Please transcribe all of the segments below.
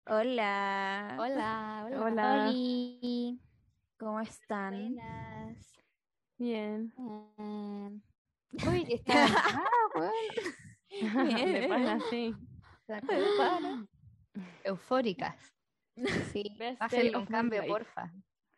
Hola, Hola, hola. Hola. Oli. ¿cómo están? Buenas. Bien. Uy, está enojada, weón. De pana, sí. De pana. Eufóricas. Sí, Best day Pásenle un of my cambio, life. porfa.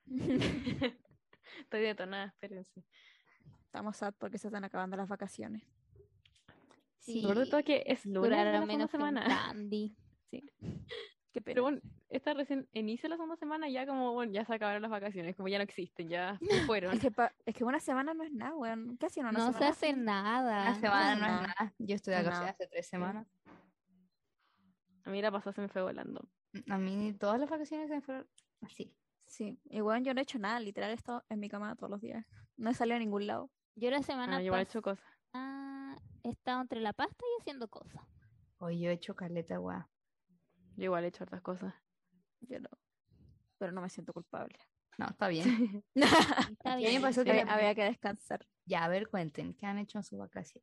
Estoy detonada, espérense. estamos sad porque se están acabando las vacaciones. Sí. Lo peor de todo es que es lunes de Duraron la segunda menos que un semana. candy. Sí, qué Pero pena. bueno, esta recién inicia la segunda semana, ya como, bueno, ya se acabaron las vacaciones, como ya no existen, ya se fueron. Es que una semana no es nada, weón. ¿Qué hacían una No se semana? hace nada. No Ah, se semana hace no es nada. nada. Yo estoy de No es vacaciones nada. hace 3 semanas. A mí la pasada se me fue volando. A mí todas las vacaciones se me fueron así. Sí, y bueno, yo no he hecho nada, literal he estado en mi cama todos los días. No he salido a ningún lado. Yo la Ah, semana yo igual he hecho cosas. pasada he estado entre la pasta y haciendo cosas. Hoy yo he hecho caleta, weá. Yo igual he hecho otras cosas. Yo no, pero no me siento culpable. No, está bien. Está ¿Qué me pasó? Sí. Había que descansar. Ya, a ver, cuenten, ¿qué han hecho en sus vacaciones?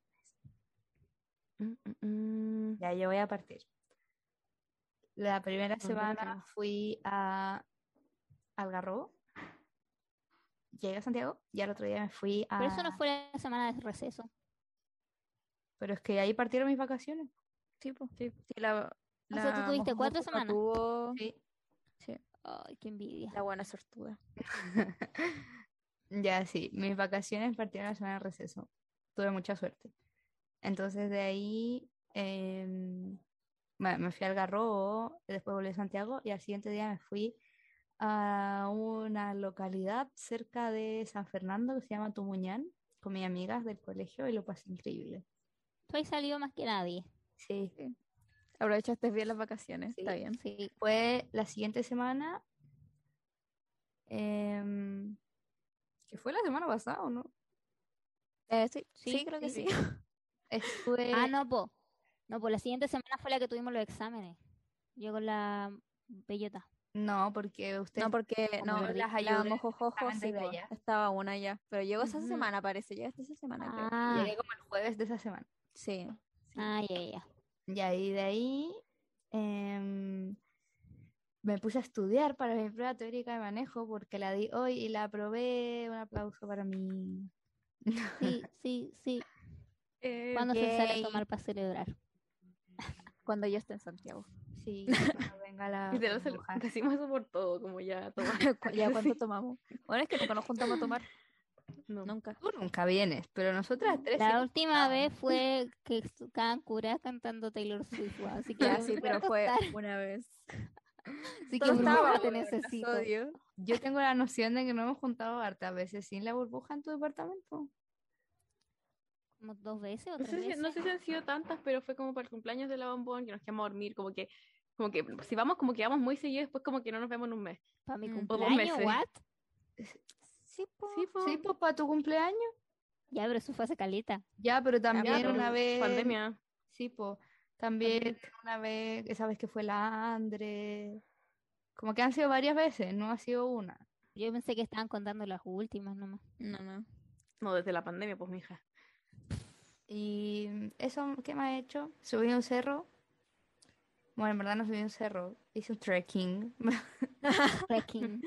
Mm, mm, mm. Ya, yo voy a partir. La primera ¿Dónde me semana quedo? fui a Algarrobo, llegué a Santiago y al otro día me fui Pero eso no a... fue la semana de receso. Pero es que ahí partieron mis vacaciones. Sí, pues. Sí. Sí, la O sea, tú tuviste mojojojo 4 no semanas. tuvo. Sí. Sí, Ay, qué envidia. la buena sortuda. Ya, sí, mis vacaciones partieron la semana de receso. Tuve mucha suerte. Entonces de ahí me fui a Algarrobo, después volví a Santiago y al siguiente día me fui a una localidad cerca de San Fernando que se llama Tumuñán con mis amigas del colegio y lo pasé increíble. Tú has salido más que nadie. Sí, Sí. Aprovechaste bien las vacaciones, sí. está bien. Sí. Fue la siguiente semana, em, que fue la semana pasada, ¿o no? Sí, Sí, sí, creo que sí. Estuve, Ah, no, po. No, pues la siguiente semana fue la que tuvimos los exámenes. Yo con la bellota. no, porque No, ustedes, porque como no, yo las la ayudé en el mojojojo examen sí, desde pues, allá. estaba una ya. Pero llegó esa Ujú. semana, parece. Llegaste esa semana, creo. Ah, Llegué como el jueves de esa semana. Sí, sí. ya. Y ahí de ahí em, me puse a estudiar para mi prueba teórica de manejo porque la di hoy y la aprobé. Un aplauso para mí. Sí. Eh, ¿Cuándo se sale a Yay. tomar para celebrar? Cuando yo esté en Santiago. Sí, cuando venga la literal, burbuja. decimos eso por todo, como ya tomar. ¿Ya cuánto Sí. tomamos? Bueno, es que nunca nos juntamos a tomar. No. Nunca. Tú nunca vienes, pero nosotras tres sí La hemos última juntado. vez fue que estaban curadas cantando Taylor Swift, weón, así que Ya, yo sí, me pero puedo fue contar. una vez. Así que Solo estaba burbuja, en te el necesito. episodio. Yo tengo la noción de que no hemos juntado hartas veces sin la burbuja en tu departamento. Como 2 veces o No 3 sé si, no veces. sé si han sido tantas, pero fue como para el cumpleaños de la bombón que nos quedamos a dormir, como que si vamos como que vamos muy seguido, después como que no nos vemos en un mes. ¿Para mi Mm. O 2 cumpleaños? meses. ¿What? Sí, po. Sí, Sí, pues. pues para tu cumpleaños. Ya, pero eso fue hace caleta. Ya, pero Ya, también pero una vez, Pandemia. sí, pues, también una vez, esa vez que fue la Andre, como que han sido varias veces, no ha sido una. Yo pensé que estaban contando las últimas nomás. no. No, desde la pandemia, pues, mija. Y eso, ¿qué me ha hecho? Subí un cerro. Bueno, en verdad no subí un cerro, hice un trekking. Trekking.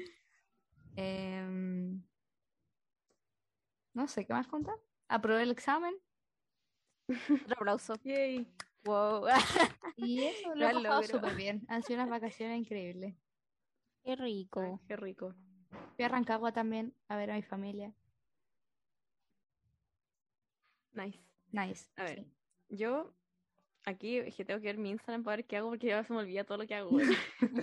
Em, no sé, ¿qué más contar? Aprobé el examen Otro aplauso. Yay. Wow. y eso lo he Gran pasado logro. súper bien. Han sido unas vacaciones increíbles. Qué Ay, rico. qué rico. Fui a Rancagua también a ver a mi familia. Nice. Nice. A ver, Sí. yo aquí es que tengo que ver mi Instagram para ver qué hago porque ya se me olvida todo lo que hago. Bueno.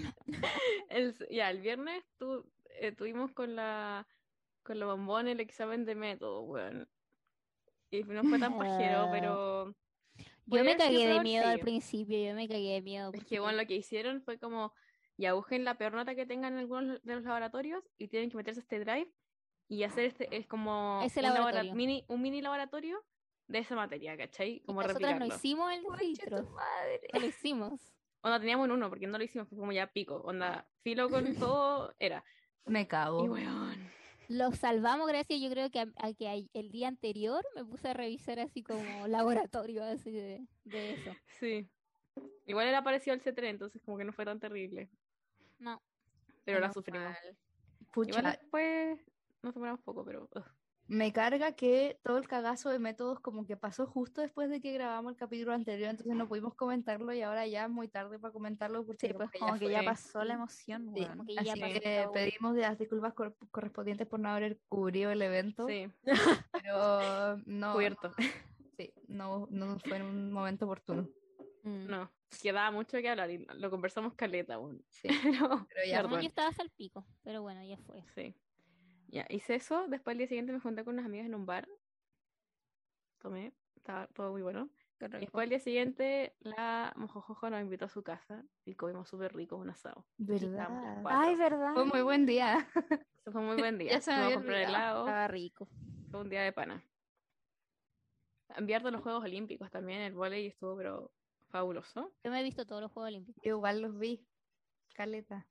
El viernes tuvimos con la bombón el examen de método, weón. Y no fue tan pajero, pero Yo podría me haber sido cagué de peor, miedo al sí. principio, yo me cagué de miedo Es porque que bueno, lo que hicieron fue como, ya busquen la peor nota que tengan en algunos de los laboratorios y tienen que meterse a este drive y hacer es como ese un laboratorio. mini laboratorio de esa materia, ¿cachai? Y Como nosotras no replicarlo. hicimos el de Conche tu filtros. madre. No lo hicimos. Onda teníamos en uno, porque no lo hicimos, fue como ya pico, onda, filo con todo era. Me Y cago. weón. Lo salvamos gracias, yo creo que a que el día anterior me puse a revisar así como laboratorio así de eso. Sí. Igual era parecido al C3, entonces como que no fue tan terrible. No. Pero la Menos sufrimos. mal. Pucha, Igual después nos tomamos poco, pero... me carga que todo el cagazo de métodos como que pasó justo después de que grabamos el capítulo anterior, entonces no pudimos comentarlo y ahora ya es muy tarde para comentarlo porque Sí, pues que como que ya fue. pasó la Sí. emoción, Sí, weón. Como que ya así pasó que todo. pedimos las disculpas correspondientes por no haber cubrido el evento, Sí, pero no, cubierto. sí, no fue en un momento oportuno. Mm. No, quedaba mucho que hablar y lo conversamos caleta aún. Sí, Pero, pero ya Bueno, perdón. yo estaba hasta el pico, pero bueno, ya fue. Sí. Ya, hice eso. Después el día siguiente me junté con unas amigas en un bar. Tomé, estaba todo muy bueno. Qué Y rico. después el día siguiente la Mojojojo nos invitó a su casa y comimos súper rico un asado. Estábamos los ¿verdad? cuatro. Ay, ¿verdad? Fue muy buen día. Eso fue muy buen día. Ya se me Fuimos a había comprar olvidado. helado. Estaba rico. Fue un día de pana. Enviar de los Juegos Olímpicos también, el vóley estuvo pero fabuloso. Yo me he visto todos los Juegos Olímpicos. Yo igual los vi, caleta.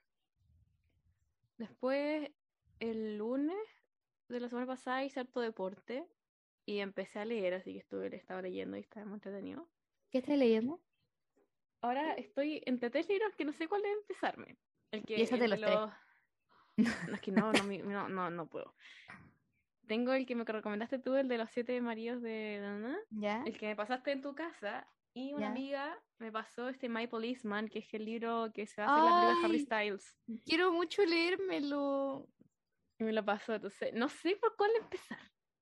Después, el lunes de la semana pasada hice harto deporte y empecé a leer, así que estaba leyendo y estaba muy entretenido. ¿Qué estás leyendo? Ahora estoy entre tres libros que no sé cuál de empezarme. El que Piénsate el de los tres. No, es que no puedo. Tengo el que me recomendaste tú, el de los 7 maridos de Nana, ¿Ya? el que me pasaste en tu casa, y una Ya. amiga me pasó My Policeman, que es el libro que se hace en la película de Harry Ay, Styles. quiero mucho leérmelo. Y me lo pasó, entonces no sé por cuál empezar.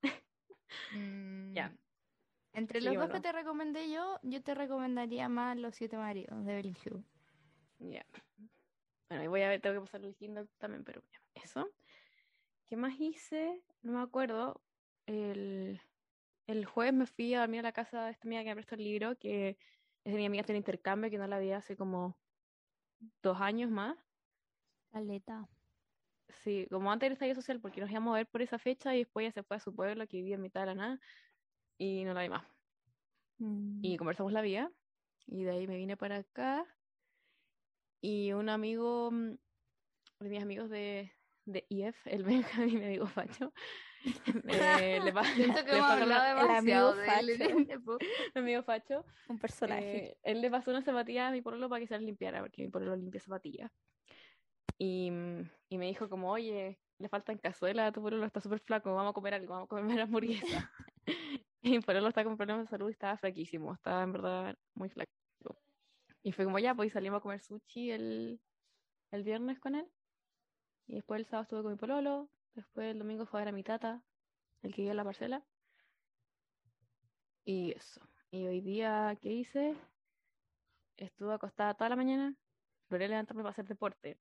Ya. Entre Sí, los dos bueno. que te recomendé yo te recomendaría más Los Siete Maridos de Evelyn Hugo. Ya. Bueno, y voy a ver, tengo que pasar el Kindle también, pero ya, eso. ¿Qué más hice? No me acuerdo. El jueves me fui a dormir a la casa de esta amiga que me prestó el libro, que es de mi amiga del intercambio, que no la vi hace como 2 años más. Caleta. Sí, como antes del estallido social, porque nos íbamos a ver por esa fecha y después ella se fue a su pueblo, que vivía en mitad de la nada, y no la vi más. Y conversamos la vida, y de ahí me vine para acá, y un amigo de mis amigos de IF, el Benjamín, mi amigo Facho, Siento que le hemos pasó hablado el demasiado amigo de él en facho. este podcast. mi amigo Facho, Un personaje. él le pasó una zapatilla a mi pololo para que se las limpiara, porque mi pololo limpia zapatillas. Y me dijo como, oye, le faltan cazuelas a tu pololo, está súper flaco, vamos a comer algo, vamos a comer una hamburguesa. Y mi pololo está con problemas de salud y estaba flaquísimo, estaba en verdad muy flaco. Y fue como, ya, pues y salimos a comer sushi el viernes con él. Y después el sábado estuve con mi pololo, después el domingo fue a ver a mi tata, el que vive en la parcela. Y eso. Y hoy día, ¿qué hice? Estuve acostada toda la mañana, logré levantarme para hacer deporte.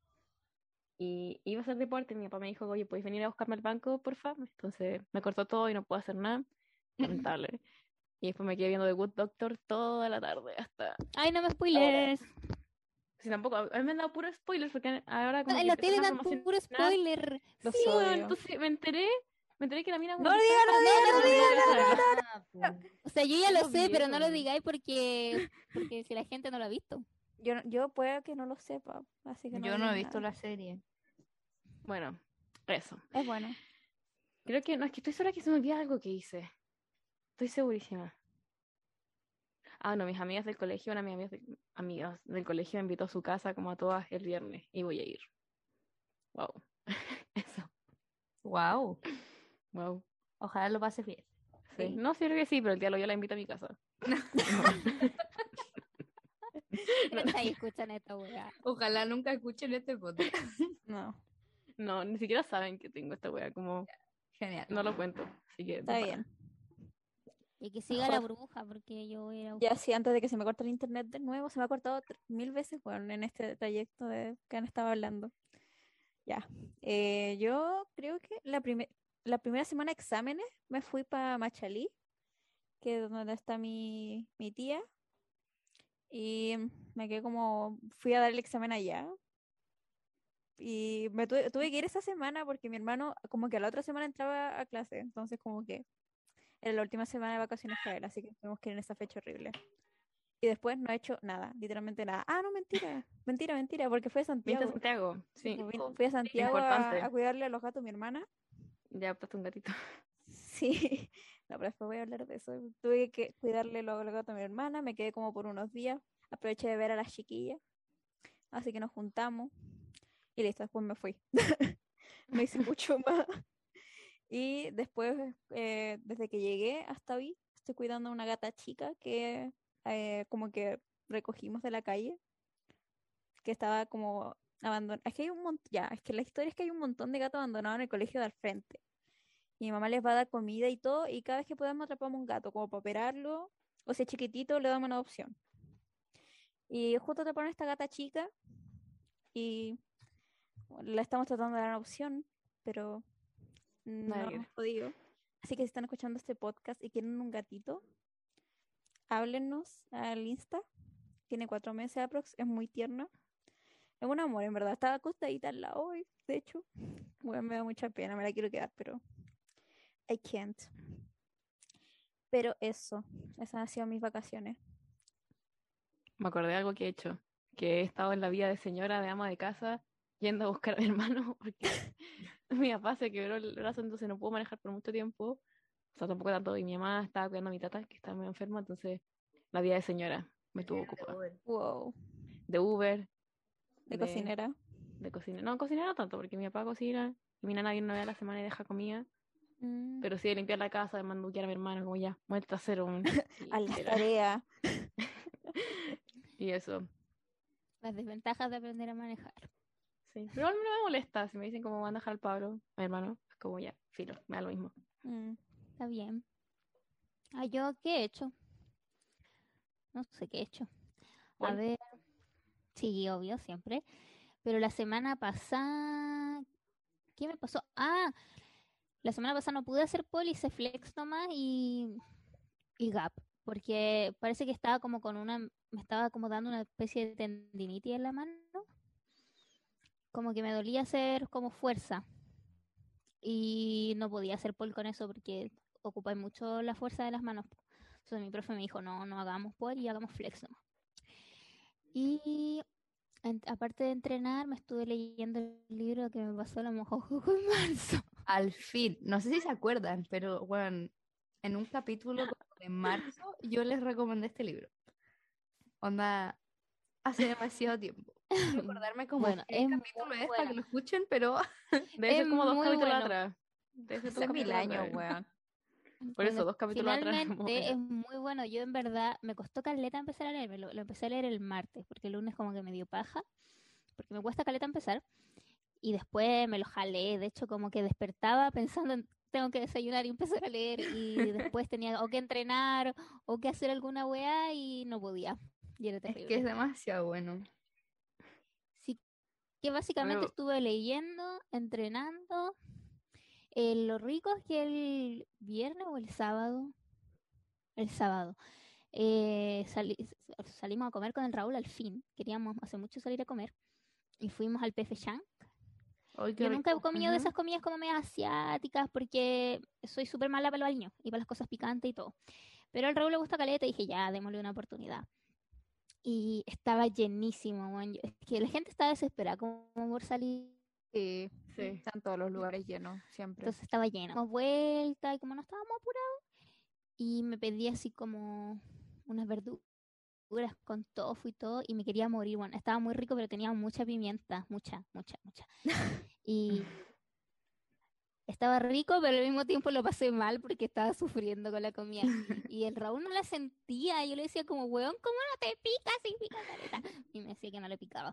Y iba a hacer deporte, mi papá me dijo, oye, ¿puedes venir a buscarme al banco, porfa? Entonces me cortó todo y no puedo hacer nada. Lamentable. Y después me quedé viendo The Good Doctor toda la tarde hasta Ay, no me ahora. spoilers. Sí, tampoco, a mí me han dado puros spoilers porque ahora como En que la empiezan tele a dan promocionar. puro spoiler. Los Sí, bueno, odio. entonces me enteré que la mina No lo digas, no no digas, O sea, yo ya ¿Qué lo lo sé, pero no lo vieron? digáis porque si la gente no lo ha visto. Yo puedo que no lo sepa, así que no Yo no he digas visto nada. la serie. Bueno, eso. Es bueno. Creo que, no, es que estoy segura que se me olvida algo que hice. Estoy segurísima. Ah, no, mis amigas del colegio, una de mis amigas del colegio me invitó a su casa como a todas el viernes y voy a ir. Wow. Eso. Wow. Wow. Ojalá lo pases bien. Sí. Sí. No, sí, creo que sí, pero el diálogo yo la invito a mi casa. Ahí escuchan esta weá. Ojalá nunca escuchen este podcast. No, No, ni siquiera saben que tengo esta wea, como Genial. no lo cuento. Así que está de pana. bien. Y que siga la Mejor. bruja, porque yo era. Ya sí, antes de que se me corte el internet de nuevo, se me ha cortado 1000 veces, bueno, en este trayecto que han estado hablando. Ya. Yo creo que la primera semana de exámenes me fui para Machalí, que es donde está mi tía, y me quedé como, fui a dar el examen allá. Y tuve que ir esa semana porque mi hermano como que a la otra semana entraba a clase, entonces como que era la última semana de vacaciones para él, así que tuvimos que ir en esa fecha horrible. Y después no he hecho nada, literalmente nada. Ah, no, mentira, porque fui a Viste a Santiago. Santiago, sí. Fui a Santiago Importante. a cuidarle a los gatos a mi hermana. Ya adoptaste un gatito. Sí, No, pero después voy a hablar de eso. Tuve que cuidarle los gatos a mi hermana, me quedé como por unos días. Aproveché de ver a las chiquillas, así que nos juntamos y listo, después me fui. No hice mucho más. Y después, desde que llegué hasta hoy, estoy cuidando a una gata chica que como que recogimos de la calle, que estaba como abandonada. Es que hay un montón, ya, es que la historia es que hay un montón de gatos abandonados en el colegio de al frente. Y mi mamá les va a dar comida y todo, y cada vez que podemos atrapamos un gato, como para operarlo, o si es chiquitito, le damos una adopción. Y justo atraparon a esta gata chica y la estamos tratando de dar una opción, pero no Nadie. hemos podido. Así que si están escuchando este podcast y quieren un gatito, háblennos al Insta. Tiene 4 meses aprox, es muy tierna. Es un amor, en verdad. Estaba acostadita al lado hoy, de hecho. Bueno, me da mucha pena, me la quiero quedar, pero I can't. Pero eso, esas han sido mis vacaciones. Me acordé de algo que he hecho, que he estado en la vida de señora, de ama de casa, yendo a buscar a mi hermano, porque mi papá se quebró el brazo, entonces no pudo manejar por mucho tiempo, o sea, tampoco tanto, y mi mamá estaba cuidando a mi tata, que estaba muy enferma, entonces la vida de señora me tuvo ocupada. Wow, De Uber, de cocinera. de cocina. No, cocinar no tanto, porque mi papá cocina, y mi nana viene una vez a la semana y deja comida, Mm, pero sí de limpiar la casa, de manduquear a mi hermano, como ya, muerta a cero. a las era. tareas. Y eso. Las desventajas de aprender a manejar. Sí, pero a mí no me molesta si me dicen cómo van a dejar al Pablo, a mi hermano, es como ya, filo, me da lo mismo. Mm, Está bien. Ah, ¿yo qué he hecho? No sé qué he hecho. A ¿Cuál? ver, sí, obvio, siempre. Pero la semana pasada, ¿qué me pasó? Ah, la semana pasada no pude hacer pole, hice flex nomás y gap. Porque parece que estaba como me estaba como dando una especie de tendinitis en la mano. Como que me dolía hacer como fuerza. Y no podía hacer pole con eso porque ocupa mucho la fuerza de las manos. Entonces mi profe me dijo, no hagamos pole y hagamos flex nomás. Y aparte de entrenar, me estuve leyendo el libro que me pasó la mojojojo en marzo. Al fin, no sé si se acuerdan, pero bueno, en un capítulo como de marzo yo les recomendé este libro. Onda, hace demasiado tiempo. Quiero acordarme como Bueno, qué es capítulo muy es para bueno. que lo escuchen, pero Debe Es ser como 2 muy capítulos bueno. atrás. Debe ser 2 hace 1000 capítulos años, atrás. weón. Por eso, Bueno, 2 capítulos atrás. como finalmente era. es muy bueno. Yo en verdad me costó caleta empezar a leerme. Lo empecé a leer el martes, porque el lunes como que me dio paja, porque me cuesta caleta empezar. Y después me lo jalé. De hecho, como que despertaba pensando en tengo que desayunar y empezar a leer. Y después tenía o que entrenar o que hacer alguna weá y no podía. Y era es que es terrible. demasiado bueno. Sí que básicamente Bueno, estuve leyendo, entrenando. Lo rico es que el viernes o el sábado, salimos a comer con el Raúl al fin. Queríamos hace mucho salir a comer y fuimos al PF Chang. Ay, qué Yo nunca he rico. comido de esas comidas como medias asiáticas porque soy súper mala para los aliños y para las cosas picantes y todo. Pero al Raúl le gusta caleta y dije, ya, démosle una oportunidad. Y estaba llenísimo, weón. Es que la gente estaba desesperada como por salir. Sí, sí. están todos los lugares llenos, siempre. Entonces estaba lleno. Dimos vuelta y como no estábamos apurados, y me pedí así como unas verduras con tofu y todo, y me quería morir. Bueno, estaba muy rico, pero tenía mucha pimienta, mucha, mucha, mucha. Y estaba rico, pero al mismo tiempo lo pasé mal porque estaba sufriendo con la comida. Y el Raúl no la sentía. Yo le decía como, weón, ¿cómo no te pica si pica caleta? Y me decía que no le picaba.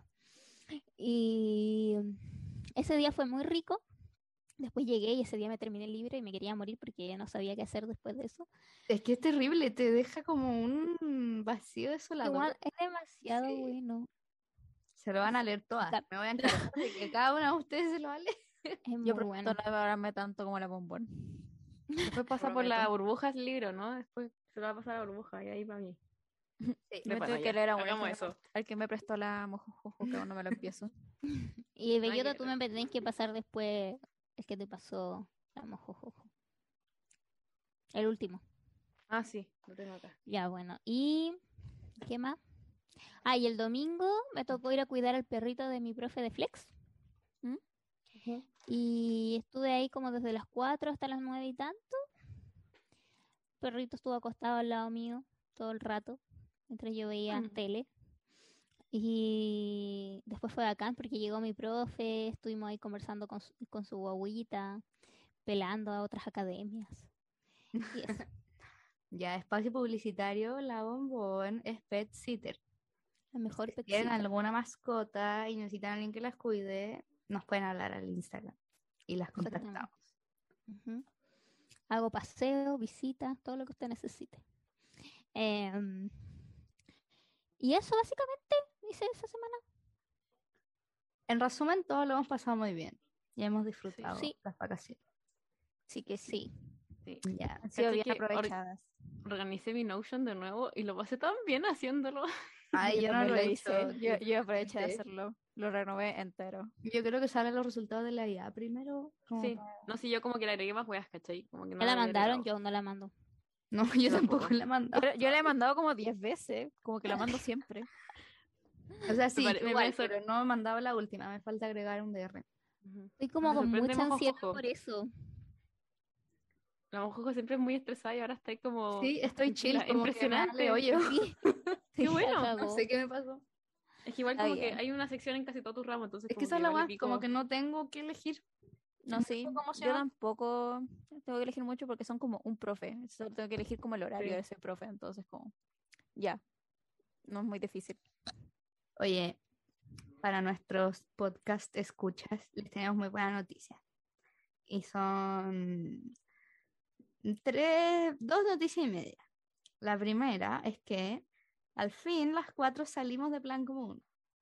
Y ese día fue muy rico. Después llegué y ese día me terminé el libro y me quería morir porque ya no sabía qué hacer después de eso. Es que es terrible, te deja como un vacío desolador. Igual es demasiado Sí. bueno. Se lo van a leer todas. Ca- Me voy a encargar de que cada una de ustedes se lo va a leer. Es Yo muy prometo bueno. no devorarme tanto como la bombón. Después pasa por la burbuja el libro, ¿no? Después se lo va a pasar a la burbuja y ahí para mí. Sí. Me Bueno, tuve que ya, leer a hagamos eso. al que me prestó la mojojojo, que aún no me lo empiezo. Y Nada Bellota, que tú ver. me tenés que pasar después el que te pasó la mojojojo. El último. Ah, sí, lo tengo acá. Ya, bueno. ¿Y qué más? Ah, y el domingo me tocó ir a cuidar al perrito de mi profe de Flex. ¿Mm? Y estuve ahí como desde las 4 hasta las 9 y tanto. perrito estuvo acostado al lado mío todo el rato, mientras yo veía Mm. tele. Y después fue bacán porque llegó mi profe, estuvimos ahí conversando con su guaguita, pelando a otras academias. Y eso. Ya, espacio publicitario, la Bombón es pet sitter. La mejor Si tienen petsita. alguna mascota y necesitan a alguien que las cuide, nos pueden hablar al Instagram y las Exactamente. contactamos. Ujú. Hago paseo, visitas, todo lo que usted necesite. Em, y eso básicamente hice esa semana. En resumen, todo lo hemos pasado muy bien y hemos disfrutado Sí. las vacaciones. Sí que sí. Sí. Sí. Ya. Han sido Caché bien que aprovechadas. Organicé mi Notion de nuevo y lo pasé tan bien haciéndolo. Ay, yo no también lo he hecho. Yo aproveché de Sí. hacerlo. Lo renové entero. Yo creo que salen los resultados de la IA primero. como Sí. para- No sé, yo como que le agregué más weas, ¿cachai? Como que no ¿Ya la había mandaron? agregado. Yo no la mando. No, yo Yo tampoco tampoco. la he mandado. Yo le he mandado como 10 veces. Como que la mando siempre. O sea, sí, me igual, parece- pero no he mandado la última. Me falta agregar un DR. Ujú. Estoy como Me con sorprende mucha ansiedad Mojojojo. por eso. La Mojojo siempre es muy estresada y ahora está ahí como Sí, estoy chill, tranquila. como que me da Impresionante. de hoyo. Sí, Qué la bueno. No cagó. sé qué me pasó. Es que igual Está como que bien. hay una sección en casi todo tu ramo, entonces Es que como esa es la igual weá, pico- como que no tengo que elegir. No, No sí. sé cómo se Yo llama. tampoco tengo que elegir mucho porque son como un profe. Solo tengo que elegir como el horario Sí. de ese profe. Entonces, como, ya. No es muy difícil. Oye, para nuestros podcast escuchas, les tenemos muy buena noticia. Y son dos noticias y media. La primera es que al fin las 4 salimos de plan común.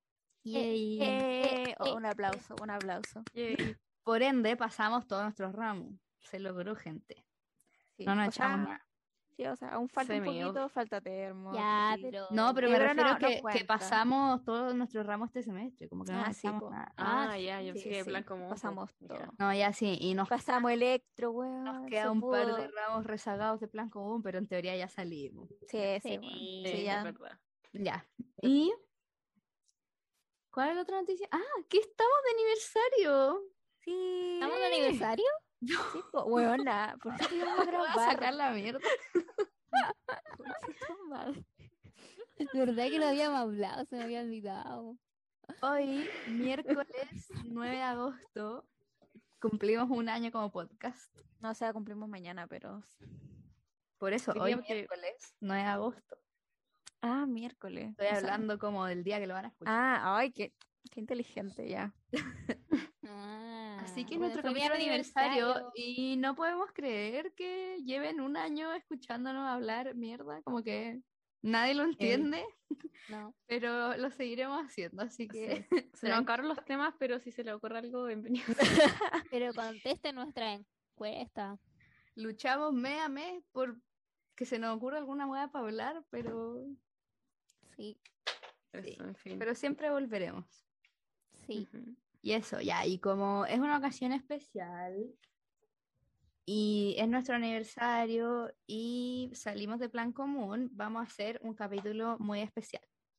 Yay. Un aplauso, un aplauso. Yay. Por ende, pasamos todos nuestros ramos. Se logró, gente. Sí. No nos O echamos sea, nada. sí, o sea, aún falta un Semi, poquito, falta termo. Ya, sí. pero. No, pero Sí, me pero refiero no que cuenta. pasamos todos nuestros ramos este semestre, como que no Ah, nos sí, echamos po. nada. Ah, ya, yo Sí, pensé que de sí. plan común. Pasamos po. todo. Ya. No, ya sí, y nos Pasamos electro, weón. Nos queda se un par pudo. de ramos rezagados de plan común, pero en teoría ya salimos. Sí, sí, Sí. weón. Sí, Sí, es ya. verdad. Ya. ¿Y cuál es la otra noticia? Ah, que estamos de aniversario. Sí. ¿Estamos de aniversario? Sí, po, weona. ¿Por qué íbamos a Voy a grabar? sacar la mierda. Conche tu madre. Es verdad que lo habíamos hablado, se me había olvidado. Hoy, miércoles 9 de agosto, cumplimos un año como podcast. No, o sea, cumplimos mañana, pero. Por eso, Hoy hoy día que- miércoles 9 de agosto. Ah, miércoles. Estoy O sea, hablando como del día que lo van a escuchar. ay, qué inteligente ya. Así que es Bueno, nuestro fue mi capítulo de aniversario y no podemos creer que lleven un año escuchándonos hablar mierda, como que nadie lo entiende, No. pero lo seguiremos haciendo, así que Se nos acabaron los temas, pero si se le ocurre algo, bienvenido. Pero conteste nuestra encuesta. luchamos mes a mes por que se nos ocurra alguna hueá para hablar, pero Sí, Eso, en fin. pero siempre volveremos. sí. Ujú. Y eso, ya, y como es una ocasión especial y es nuestro aniversario y salimos de plan común, vamos a hacer un capítulo muy especial.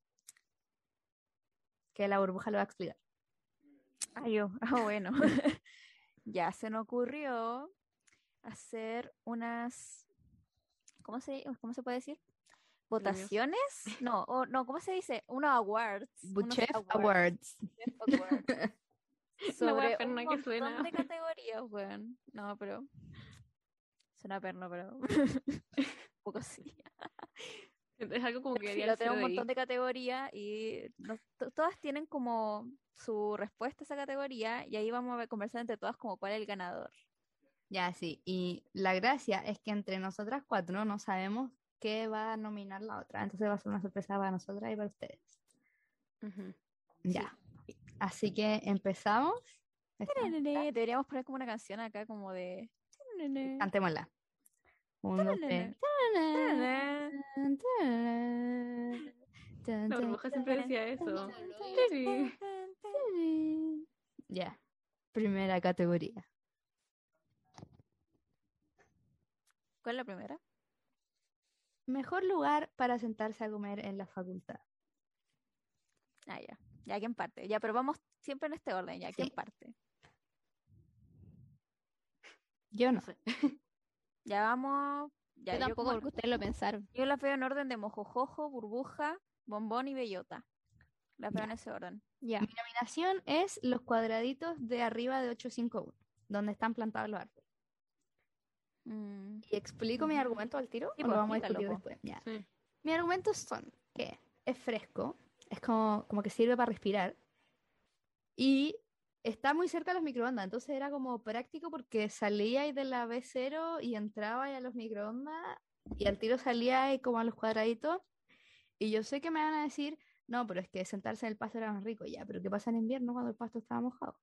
Que la burbuja lo va a explicar. Bueno. Ya se nos ocurrió hacer unas, cómo se puede decir? ¿Votaciones? No, ¿cómo se dice? Unos awards. Buchef unos Awards. Chef Awards. La Sobre wea un perna que montón suena. de categorías, weón. No, pero suena perno, pero un poco sí. Es algo como que Sí, haría lo el tenemos un CDI. montón de categorías y todas tienen como su respuesta a esa categoría y ahí vamos a conversar entre todas como cuál es el ganador. Ya, sí. Y la gracia es que entre nosotras 4 no sabemos qué va a nominar la otra. Entonces va a ser una sorpresa para nosotras y para ustedes. Ujú. Ya. Así que empezamos. Deberíamos poner como una canción acá como de... Cantémosla. 1, 2, 3. La burbuja siempre decía eso. Ya. Primera categoría. ¿Cuál es la primera? Mejor lugar para sentarse a comer en la facultad. Ah, ya. Ya, ¿quién parte? Ya, pero vamos siempre en este orden, ya, ¿quién Sí. parte? Yo no. sé. Ya vamos Ya, Yo tampoco, como- porque ustedes lo pensaron. yo las veo en orden de mojojojo, burbuja, bombón y bellota. Las veo Ya. en ese orden. Ya. Mi nominación es los cuadraditos de arriba de 851, donde están plantados los árboles. Mm, ¿Y explico mi argumento al tiro? Sí, ¿O pues, lo vamos a explícalo, discutir po. después? Ya. Sí. Mis argumentos son que es fresco, es como que sirve para respirar y está muy cerca de los microondas, entonces era como práctico porque salía ahí de la B0 y entraba ahí a los microondas y al tiro salía ahí como a los cuadraditos y yo sé que me van a decir, no, pero es que sentarse en el pasto era más rico, ya, pero ¿qué pasa en invierno cuando el pasto estaba mojado?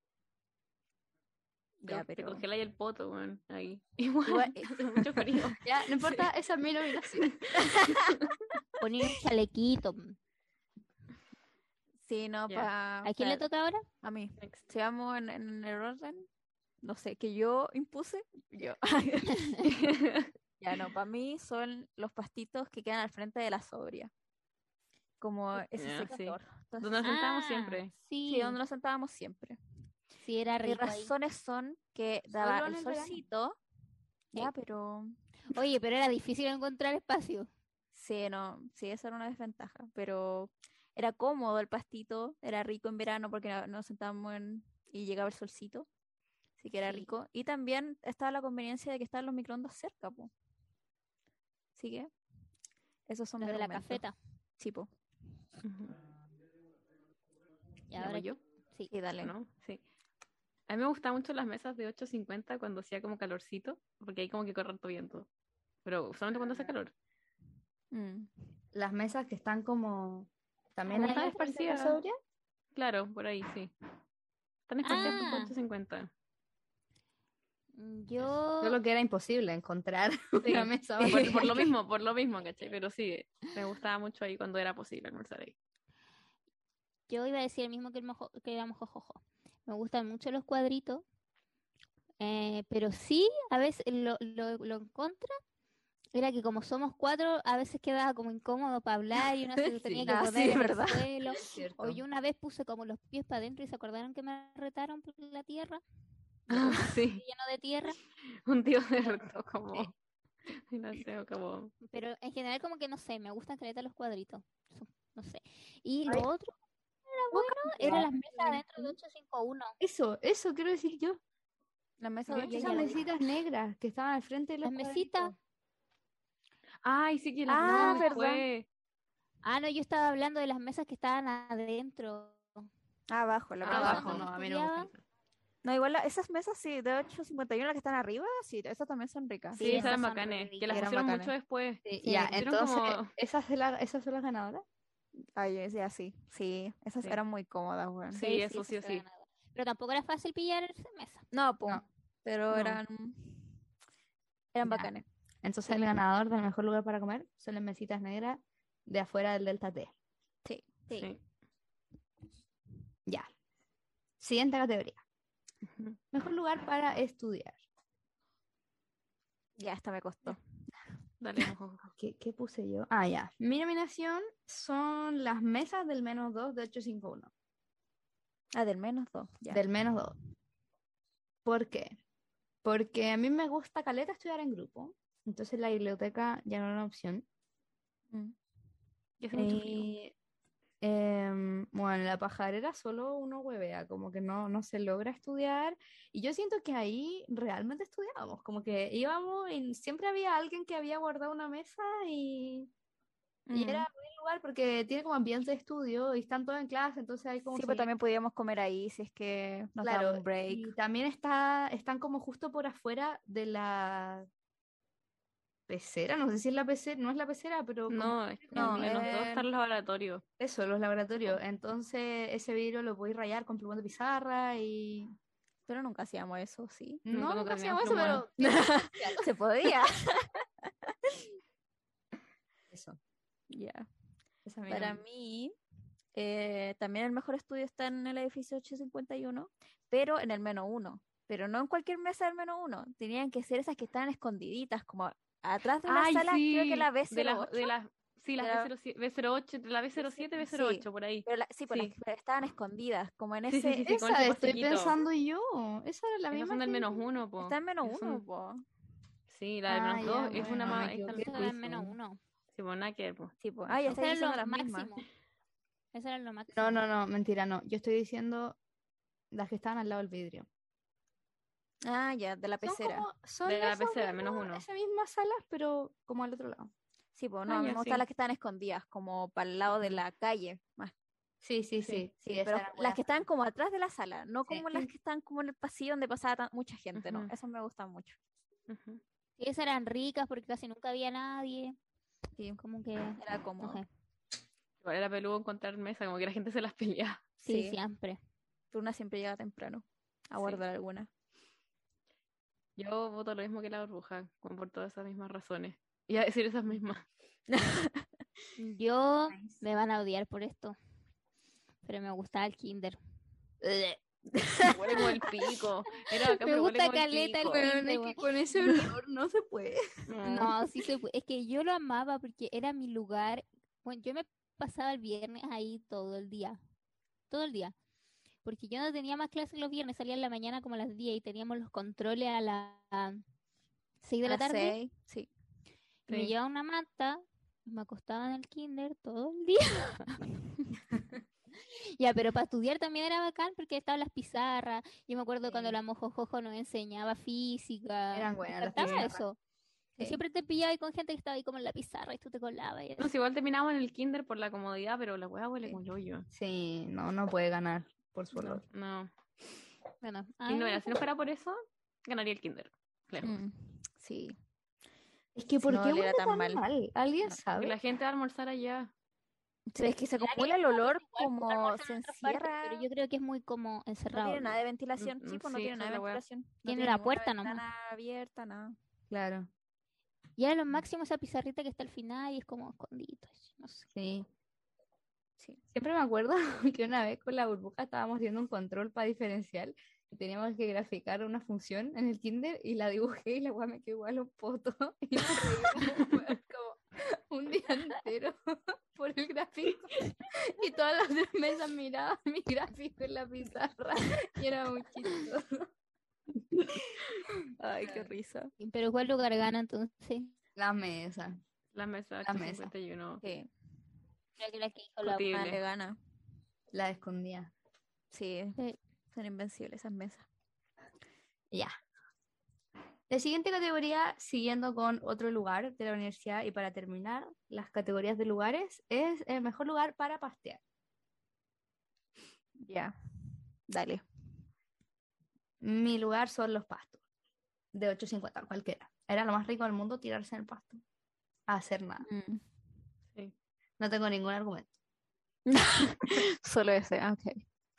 ya, Te pero... congela ahí el poto, weón. Ahí. Igual, Igual- hace mucho frío. Ya, no importa, esa es mi nominación. Poner un chalequito. Sí, no, Ya. para... ¿A quién le toca ahora? A mí. Next. Si vamos en el orden, no sé, que yo impuse, yo. Ya no, para mí son los pastitos que quedan al frente de la sobria. Como ese Ya, sí. sector. Entonces, Donde nos sentamos Ah, siempre. Sí, sí, donde nos sentábamos siempre. sí, era Mis rico ahí. razones son que daba Solo en el el verano. solcito. Ya, Sí. pero Oye, pero era difícil encontrar espacio. sí, no, sí, esa era una desventaja. Pero era cómodo el pastito, era rico en verano porque nos sentábamos y llegaba el solcito. Así que era Sí. rico. Y también estaba la conveniencia de que estaban los microondas cerca, po. Así que esos son Los mis de la argumentos. cafeta. Sí, po. Ujú. Y ¿Ya ahora voy yo? sí. Sí, dale. ¿No? Sí. A mí me gustaban mucho las mesas de 850 cuando hacía como calorcito, porque ahí como que corre harto viento. Pero solamente cuando hace calor. Mm. Las mesas que están como también Como ahí están al frente de la esparcidas. sobria. Claro, por ahí, sí. Están esparcidas por Ah. 850. Yo, Solo que era imposible encontrar Sí. una mesa. Por lo mismo, ¿cachai? Pero sí, me gustaba mucho ahí cuando era posible almorzar ahí. yo iba a decir el mismo que era mojojojo. Me gustan mucho los cuadritos. Pero sí, a veces lo en contra era que como somos 4, a veces quedaba como incómodo para hablar y uno se Sí. tenía que Ah, poner sí, en el ¿verdad? suelo. Cierto. O yo una vez puse como los pies para adentro y se acordaron que me retaron por la tierra, Ah, sí. lleno de tierra. Un tío de reto como. Sí. Y no sé, como. Pero en general como que no sé, me gustan caleta los cuadritos. No sé. Y Ay. lo otro Boca. era las mesas adentro de 851. Eso quiero decir yo. La mesa Ya, de ya, Esas ya. mesitas negras que estaban al frente de los Las mesitas. cuadritos. Ay, sí que las Ah, vimos ¿verdad? después. Ah, no, yo estaba hablando de las mesas que estaban adentro. abajo, la Ah, parte de abajo, abajo. no, a mí no me estudiaba. gusta. No, igual esas mesas sí, de 851 las que están arriba, sí, esas también son ricas. Sí, Sí, esas eran esas son bacanes. re Que las ricas. pusieron Eran mucho bacanes. después. Sí, Sí, ya, pusieron entonces, como- ¿esas son las ganadoras? Ay, yo decía sí, sí, esas Sí. eran muy cómodas, weón. Sí, eso sí o esas sí. eran nada. Pero tampoco era fácil pillar esa mesa. No, po, No. pero No. eran Ya. bacanes. Entonces el ganador del mejor lugar para comer son las mesitas negras de afuera del Delta T. Sí. Sí. Sí. Ya. Siguiente categoría. Ujú. Mejor lugar para estudiar. Ya, esta me costó. Dale, ojo. ¿Qué puse yo? Ah, ya. Mi nominación son las mesas del -2 de 851. Ah, del -2, ya. Del -2. ¿Por qué? Porque a mí me gusta caleta estudiar en grupo. Entonces la biblioteca ya no era una opción. Mm. Y hace mucho frío. Y, bueno, en la pajarera solo uno huevea, como que no se logra estudiar. Y yo siento que ahí realmente estudiábamos, como que íbamos y siempre había alguien que había guardado una mesa y era un buen lugar porque tiene como ambiente de estudio y están todos en clase, entonces hay como Sí, si- pues también podíamos comer ahí si es que nos Claro, daba un break. y también están como justo por afuera de la pecera, no sé si es la pecera, no es la pecera, pero como No, es que No, en menos dos eh, están los laboratorios. eso, los laboratorios. Entonces ese vidrio lo podéis rayar con plumón de pizarra y... Pero nunca hacíamos eso, sí. Nunca Nunca teníamos hacíamos eso, plumón. pero... Se podía. Eso, Ya. esa es mi Para nominación. mí, también el mejor estudio está en el edificio 851, pero en el -1. Pero no en cualquier mesa del -1. Tenían que ser esas que estaban escondiditas, como atrás de una Ay, sala, sí. creo que la De las, B08. de las, sí, las de la- B07, B08, de la B07, B08, por ahí. Pero sí, pues Sí. las que estaban escondidas, como en Sí, ese... sí, sí, con Esa ese estoy pasillo. pensando yo. Esa era la Esas misma son del que- -1, po. Está en Esas -1, son- po. Sí, la de menos Ah, 2 ya, es una bueno, me más. equivoqué. Eso era el menos 1. Sí, pues nada que ver, pues. Sí, pues. Ah, ya Eso estáis era diciendo lo las mismas. máximo. Eso era lo máximo. No, mentira, no. Yo estoy diciendo las que estaban al lado del vidrio. Ah, ya, de la pecera. Son De la esas pecera, menos 1. esas mismas salas, pero como al otro lado. Sí, pues no, a Ah, mí ya, me gustan sí. las que están escondidas, como para el lado de Ujú. la calle, más. Sí, sí, Sí. sí. Sí, esas pero eran las buenas. que están como atrás de la sala, no Sí. como las que están como en el pasillo donde pasaba mucha gente, no. Ujú. Eso me gusta mucho. Ujú. Sí, esas eran ricas porque casi nunca había nadie. Sí, Como que, era no cómodo. sé. Igual era peludo encontrar mesa, como que la gente se las peleaba. Sí, Sí, siempre. Luna siempre llega temprano a Sí. guardar alguna. Yo voto lo mismo que la burbuja, como por todas esas mismas razones. Iba a decir esas mismas. Yo me van a odiar por esto. Pero me gustaba el kinder. Huele como el pico. Era bacán, Me pero huele gusta como el caleta el pico. kinder, weón. con ese olor no se puede. No, sí se puede. Es que yo lo amaba porque era mi lugar. Bueno, yo me pasaba el viernes ahí todo el día. Todo el día. Porque yo no tenía más clases los viernes, salía en la mañana como a las 10 y teníamos los controles a las 6 de A la las tarde. 6, sí. Y me Sí. llevaba una manta y me acostaba en el kinder todo el día. Ya, pero para estudiar también era bacán porque estaban las pizarras. Yo me acuerdo cuando Sí. la Mojojojo nos enseñaba física. Eran Me buenas las encantaba pizarras. eso. Y Sí. siempre te pillaba ahí con gente que estaba ahí como en la pizarra y tú te colabas. Y No, así. si igual terminamos en el kinder por la comodidad, pero la hueá huele Sí. como yoyo. Sí, no puede ganar por su No. olor. No. Bueno, Si no, si no fuera por eso, ganaría el kinder. Claro. Sí. Es que Si ¿por no qué oliera huele tan tan mal. mal? ¿Alguien No. Que sabe? la gente va a almorzar allá. Sí, es que se mira que acumula el los olor cabros igual como almuerzan se en otras partes, encierra. pero yo creo que es muy como No encerrado. tiene nada de ventilación. Sí, pues no Sí, tiene esa nada es de la weá. ventilación. No Tiene tiene la ninguna puerta nomás. ventana abierta, nada. Claro, Y era lo máximo esa pizarrita que está al final y es como escondito. No sé. sí. Sí. Siempre me acuerdo que una vez con la burbuja estábamos haciendo un control para diferencial y teníamos que graficar una función en el kinder y la dibujé y la weá me quedó igual un poto y nos reímos weón, como un día entero por el gráfico y todas las demás mesas miraban mi gráfico en la pizarra y era muy chistoso. Ay, qué risa. Pero ¿cuál lugar gana entonces? La mesa, La mesa La mesa. 851. Sí. Creo que la que dijo la Discutible. Nada le gana. la escondía. Sí. Sí. Son invencibles esas mesas. Ya. La siguiente categoría, siguiendo con otro lugar de la universidad y para terminar las categorías de lugares, es el mejor lugar para pastear. Ya. Dale. Mi lugar son los pastos, de 8.50, cualquiera. Era lo más rico del mundo tirarse en el pasto, a hacer nada. Sí. No tengo ningún argumento. Solo ese, ok.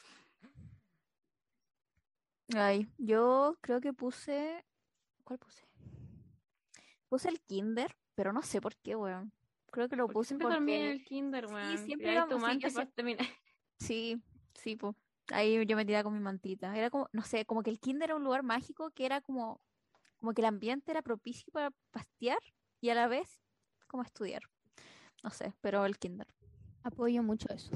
Ay, yo creo que puse. ¿Cuál puse? Puse el kinder, pero no sé por qué, weón. Creo que lo Porque puse siempre dormí en porque. el kinder, Sí, weón. siempre Y ahí tu íbamos. Sí, manta yo para terminar. sí, sí, pues. Ahí yo me tiraba con mi mantita. Era como, no sé, como que el kinder era un lugar mágico que era como que el ambiente era propicio para pastear y a la vez como estudiar. No sé, pero el kinder. Apoyo mucho eso.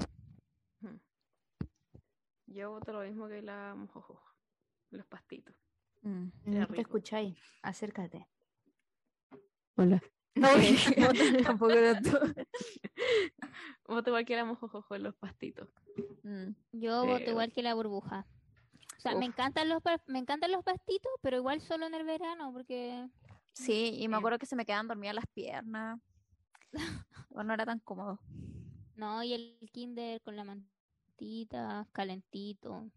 Yo voto lo mismo que la mojojojo. Los pastitos. Mm. Era No te rico. escucháis, acércate. Hola. No, tampoco tanto. Voto igual que la mojojojo en los pastitos. Mm. Yo voto Pero- igual que la burbuja. O sea, Uf. me encantan los pastitos, pero igual solo en el verano, porque Sí, y me Sí. acuerdo que se me quedaban dormidas las piernas. Bueno, no era tan cómodo. no, y el kinder con la mantita, calentito.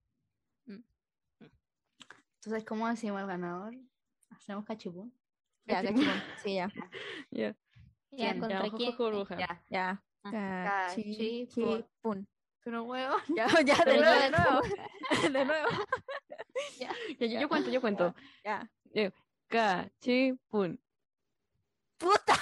¿Tú sabes cómo decimos el ganador? Hacemos cachipún. Ya, Cachipún. cachipún. Sí, ya. Ya. Ya, ¿Quién? ¿contra Ya, quién? mojojojo burbuja. Ya. Ya. Ah. Cachipún. Pero huevo. Ya, ya, de Pero nuevo, yo- de nuevo. De nuevo. Ya, yo cuento. Ya. Cachipún. ¡Puta!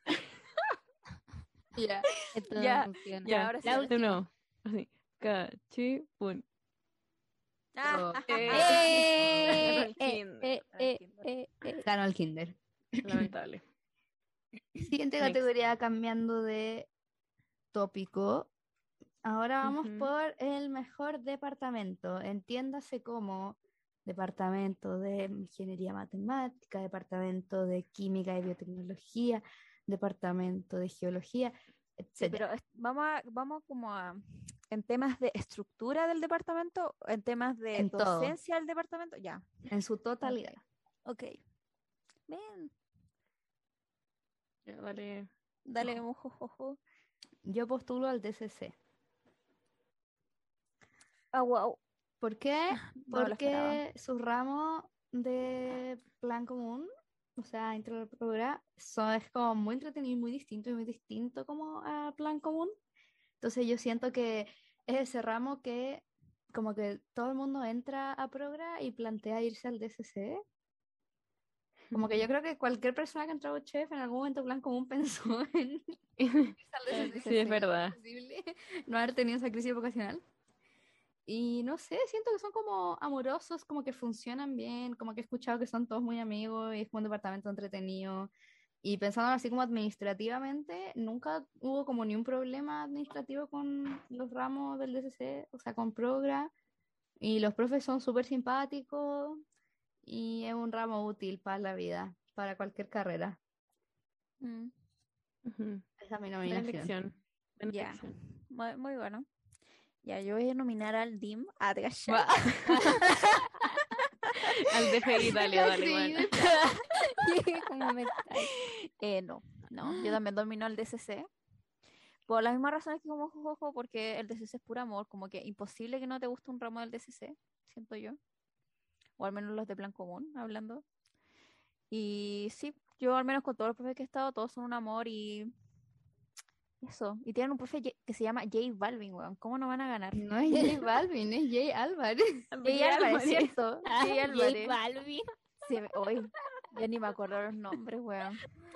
Ya. Esto Ya, no funciona. ya, ahora sí. La ahora sí. De nuevo. Así. Cachipún. Ah, ¡Eh! Ganó el kinder. Lamentable. Siguiente Next. categoría, cambiando de tópico. Ahora vamos Ujú. por el mejor departamento. Entiéndase como departamento de ingeniería matemática, departamento de química y biotecnología, departamento de geología, Sí, etc. pero vamos como a en temas de estructura del departamento, en temas de En todo, docencia del departamento, ya. en su totalidad. Ok. Bien, Ya, dale. dale, mojojojo. Yo postulo al DCC. Ah, wow. ¿Por qué? No me lo esperaba. Porque sus ramos de plan común, o sea, intraprograma, es como muy entretenido y muy distinto como a plan común. Entonces yo siento que es ese ramo que como que todo el mundo entra a progra y plantea irse al DCC. Como que yo creo que cualquier persona que ha entrado chef en algún momento plan común pensó en irse al DCC. Sí, es verdad. Imposible no haber tenido esa crisis vocacional. Y no sé, siento que son como amorosos, como que funcionan bien, como que he escuchado que son todos muy amigos y es como un departamento entretenido. Y pensando así como administrativamente, nunca hubo como ni un problema administrativo con los ramos del DCC, o sea, con Progra. Y los profes son súper simpáticos y es un ramo útil para la vida, para cualquier carrera. Mm, Ujú. Esa es mi Buena nominación. elección. Buena ya, elección. muy, muy bueno. Ya, yo voy a nominar al DIM a Va. Al DFI, dale, dale, bueno. Como mental. No, yo también domino el DCC. Por las mismas razones que como Jojojo, porque el DCC es puro amor, como que imposible que no te guste un ramo del DCC, siento yo. O al menos los de plan común, hablando. Y sí, yo al menos con todos los profes que he estado, todos son un amor y eso. Y tienen un profe que se llama J Balvin, weón. ¿Cómo no van a ganar? No es J Balvin, es J Álvarez. J Álvarez, ¿cierto? Ah, J J Álvarez. Balvin. Sí, hoy ya ni me acuerdo los nombres, weón.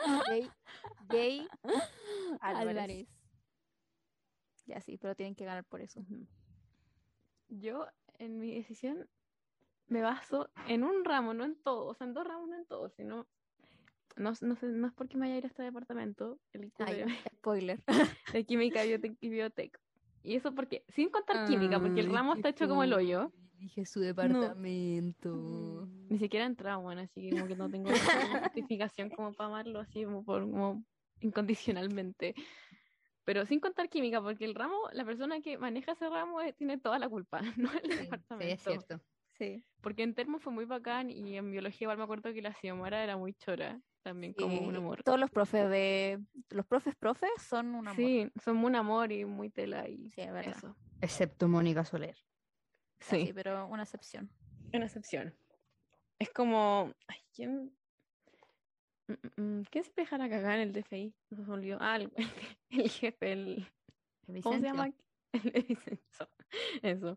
J Álvarez. Álvarez. Ya sí, pero tienen que ganar por eso. Ujú. Yo, en mi decisión, me baso en un ramo, no en todo. O sea, en dos ramos, no en todo, sino. No sé, no es porque me vaya a ir a este departamento, el Ah, de, ya, spoiler. de química, y biotec. Y eso porque, sin contar química, porque el Ay, ramo qué está hecho como el hoyo. pobre, elige su departamento. Ni siquiera he entrado, bueno, así que como que no tengo la justificación como para amarlo así como incondicionalmente. Pero sin contar química, porque el ramo, la persona que maneja ese ramo tiene toda la culpa, no el Sí, sí, es departamento. cierto. Sí. Porque en termo fue muy bacán y en biología igual me acuerdo que la Xiomara era muy chora, también como un Sí, amor. todos los profes son un amor. Sí, son un amor y muy tela y Sí, es verdad. eso. Excepto Mónica Soler. Ya, Sí, sí, pero una excepción. una excepción. Es como, ay, ¿quién siempre deja la cagada en el DFI? No se me olvidó. Ah, el jefe, ¿cómo se llama? El Vicenzo. Eso.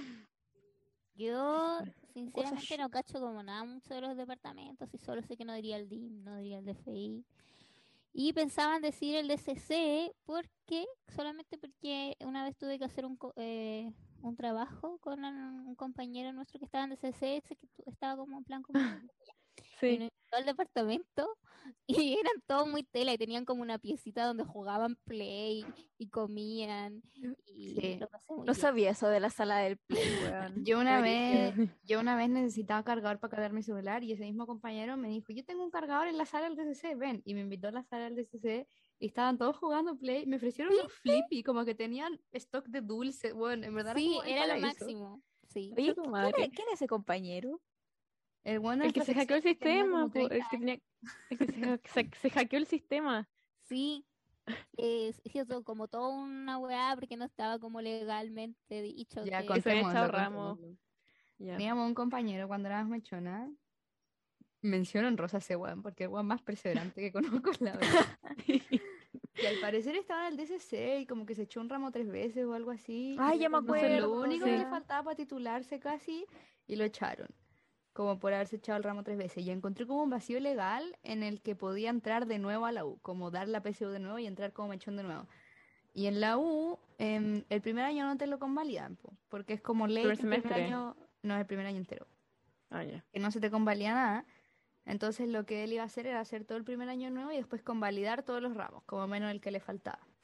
Yo, Cosas. sinceramente, no cacho como nada mucho de los departamentos y solo sé que no diría el DIM, no diría el DFI. Y pensaban decir el DCC solamente porque una vez tuve que hacer un trabajo con un compañero nuestro que estaba en DCC, ese que estaba como en plan como y nos Sí. invitó al departamento y eran todos muy tela y tenían como una piecita donde jugaban play y comían y Sí. lo pasé muy No bien. sabía eso de la sala del play, weón. Yo una Qué brígido. yo una vez necesitaba cargador para cargar mi celular y ese mismo compañero me dijo, yo tengo un cargador en la sala del DCC, ven. Y me invitó a la sala del DCC y estaban todos jugando Play. Me ofrecieron unos Flippy, como que tenían stock de dulce. Bueno, en verdad Sí, como el era lo paraíso. máximo. Sí. Oye, Concha tu madre. ¿quién es ese compañero? El bueno El que se hackeó el sistema, como el que tenía, el que se hackeó el sistema. Sí, es cierto, como toda una weá porque no estaba como legalmente dicho Ya, que Que se había echado contémoslo, ramo. contémoslo. Ya. Teníamos un compañero cuando éramos mechona. Menciono en rosa ese weón, porque el weón más perseverante que conozco, la verdad. Y al parecer estaba en el DCC y como que se echó un ramo 3 veces o algo así. Ay, y ya me no sé, lo acuerdo, único que le ya. faltaba para titularse casi y lo echaron. Como por haberse echado el ramo 3 veces. Y encontré como un vacío legal en el que podía entrar de nuevo a la U, como dar la PSU de nuevo y entrar como mechón de nuevo. Y en la U, el primer año no te lo convalidan, porque es como ley Primer que el primer semestre. año, no es el primer año entero, Ah, ya. que no se te convalida nada. Entonces lo que él iba a hacer era hacer todo el primer año nuevo y después convalidar todos los ramos, como menos el que le faltaba.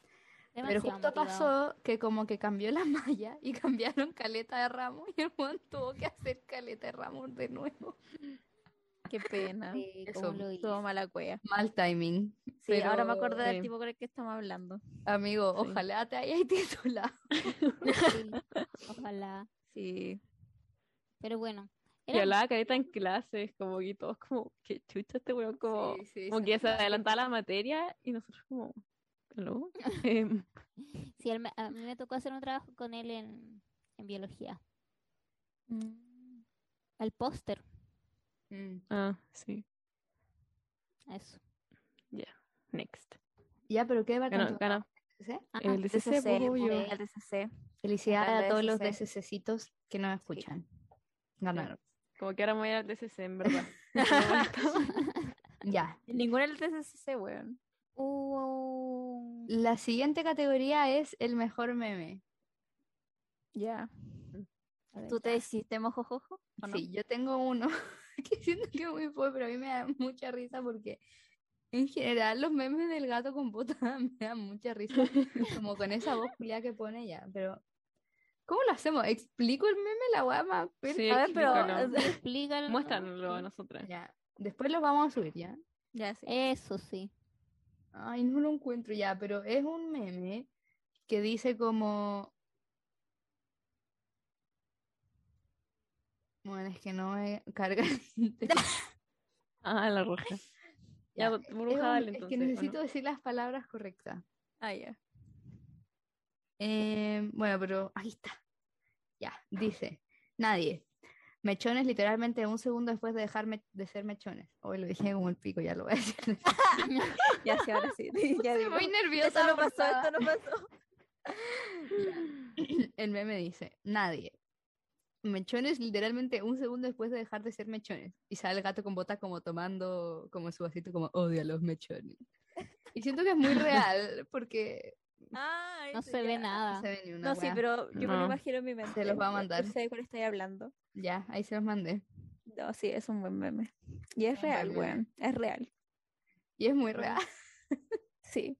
Pero Demasiado justo motivado. pasó que como que cambió la malla y cambiaron caleta de ramos y el weón tuvo que hacer caleta de ramos de nuevo. Qué pena. Sí, Eso, ¿cómo lo hizo? Todo mala cueva. Mal timing. Sí, ahora me Pero, acordé del sí. tipo con el que estamos hablando. amigo, Sí. ojalá te hayas titulado. Sí, ojalá. Sí. Pero bueno, Y era hablaba careta en clases, como que todos como, que chucha este weón, como, Sí, sí, como son que se clásicos. adelantaba la materia y nosotros como, ¿aló? Em, sí, a mí me tocó hacer un trabajo con él en biología. Mm. El póster, sí, eso. ya, next. Ya, pero ¿qué va Gana, gana ¿Sí? Ah, el DCC, DCC, pues, obvio. DCC. el DCC. Felicidades Grande a todos los DCC. DCCcitos que nos escuchan. Ganaron. Como que ahora me voy al DCC, en verdad. En este momento. Ya. Ninguno del DCC, weón. La siguiente categoría es el mejor meme. Ya. a ver. ¿Tú te hiciste mojojojo o no? Sí, yo tengo uno que siento que es muy fue, pero a mí me da mucha risa porque en general los memes del gato con botas me dan mucha risa, como con esa voz culiada que pone ella, pero ¿cómo lo hacemos? ¿Explico el meme? La weá más Sí, A ver, pero- explícalo. Sí, explícalo. Muéstranoslo a nosotras. Ya, después los vamos a subir, ¿ya? Ya, sí. Eso sí. Ay, no lo encuentro ya, pero es un meme que dice como... Bueno, es que no me carga el internet. Ah, la roja. Ya, Ya, burbuja, es, dale es entonces. que ¿o necesito no? decir las palabras correctas. Ah, ya. Bueno, pero ahí está. Ya, dice, nadie. Mechones literalmente un segundo después de dejarme de ser mechones. Hoy lo dije como el pico, ya lo voy a decir. Ya, sí, ahora sí. Ya Estoy digo. muy nerviosa. Esto no por pasó, nada. esto no pasó. El meme dice, nadie. Mechones literalmente un segundo después de dejar de ser mechones. Y sale el gato con bota como tomando como su vasito como odio a los mechones. Y siento que es muy real porque Ah, No ese se ve ya. no nada. se ve ni una No, sí, wea. pero yo me lo No. imagino en mi mente. Se los va a Yo mandar. sé de cuál estoy hablando. Ya, ahí se los mandé. No, sí, es un buen meme. Y es Un buen real, meme. weón. Es real. Y es muy real. Sí.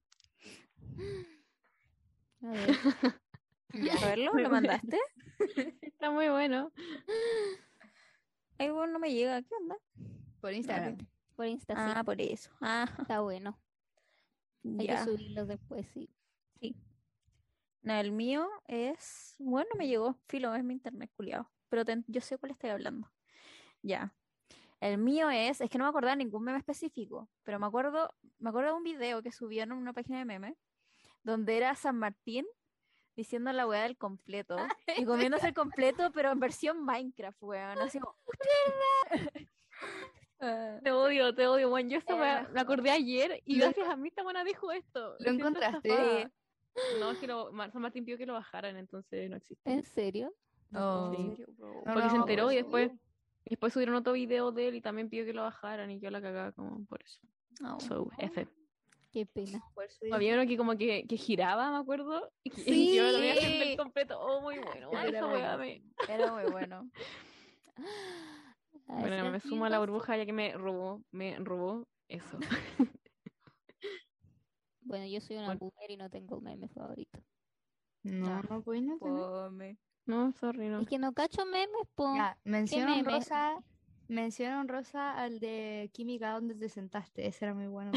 A ver. Ya. A verlo, Muy ¿lo bueno. mandaste? Está muy bueno. Ay, bueno, no me llega. ¿Qué onda? Por Instagram. Por Insta, Ah, sí. por eso. Ah, Está bueno. Hay ya. que subirlo después, sí. Sí. No, el mío es. Bueno, me llegó. Filo, es mi internet, culiado. Pero yo sé cuál estoy hablando. Ya. El mío es que no me acordaba de ningún meme específico, pero me acuerdo de un video que subieron en una página de memes, donde era San Martín diciendo la weá del completo. Y comiéndose el completo, pero en versión Minecraft, weón. Así como. Ah, Te odio, Juan. Yo esta Es weá mejor. me acordé ayer y Lo- gracias a mí esta buena dijo esto. ¿Lo Me siento encontraste? estafada. No, es que San Martín pidió que lo bajaran, entonces no existe. ¿En serio? Oh. ¿En serio, bro? No, Porque no, se enteró y pues, después subieron otro video de él y también pidió que lo bajaran y yo la cagaba como por eso. No. So, F. Qué pena. poder subir. Había uno que como que giraba, me acuerdo, y Sí. yo lo veía haciendo el completo. Oh, muy bueno. Era Esa weá bueno. Era muy bueno. Ah, Bueno, ese me es sumo mi a la gusto. burbuja ya que me robó eso. Bueno, yo soy una Bueno. boomer y no tengo meme favorito. No, no puedes no tener. Fome. No, sorry, no. Es que no cacho memes, po. Ya, mención meme? rosa al de Química donde te sentaste. Ese era muy bueno.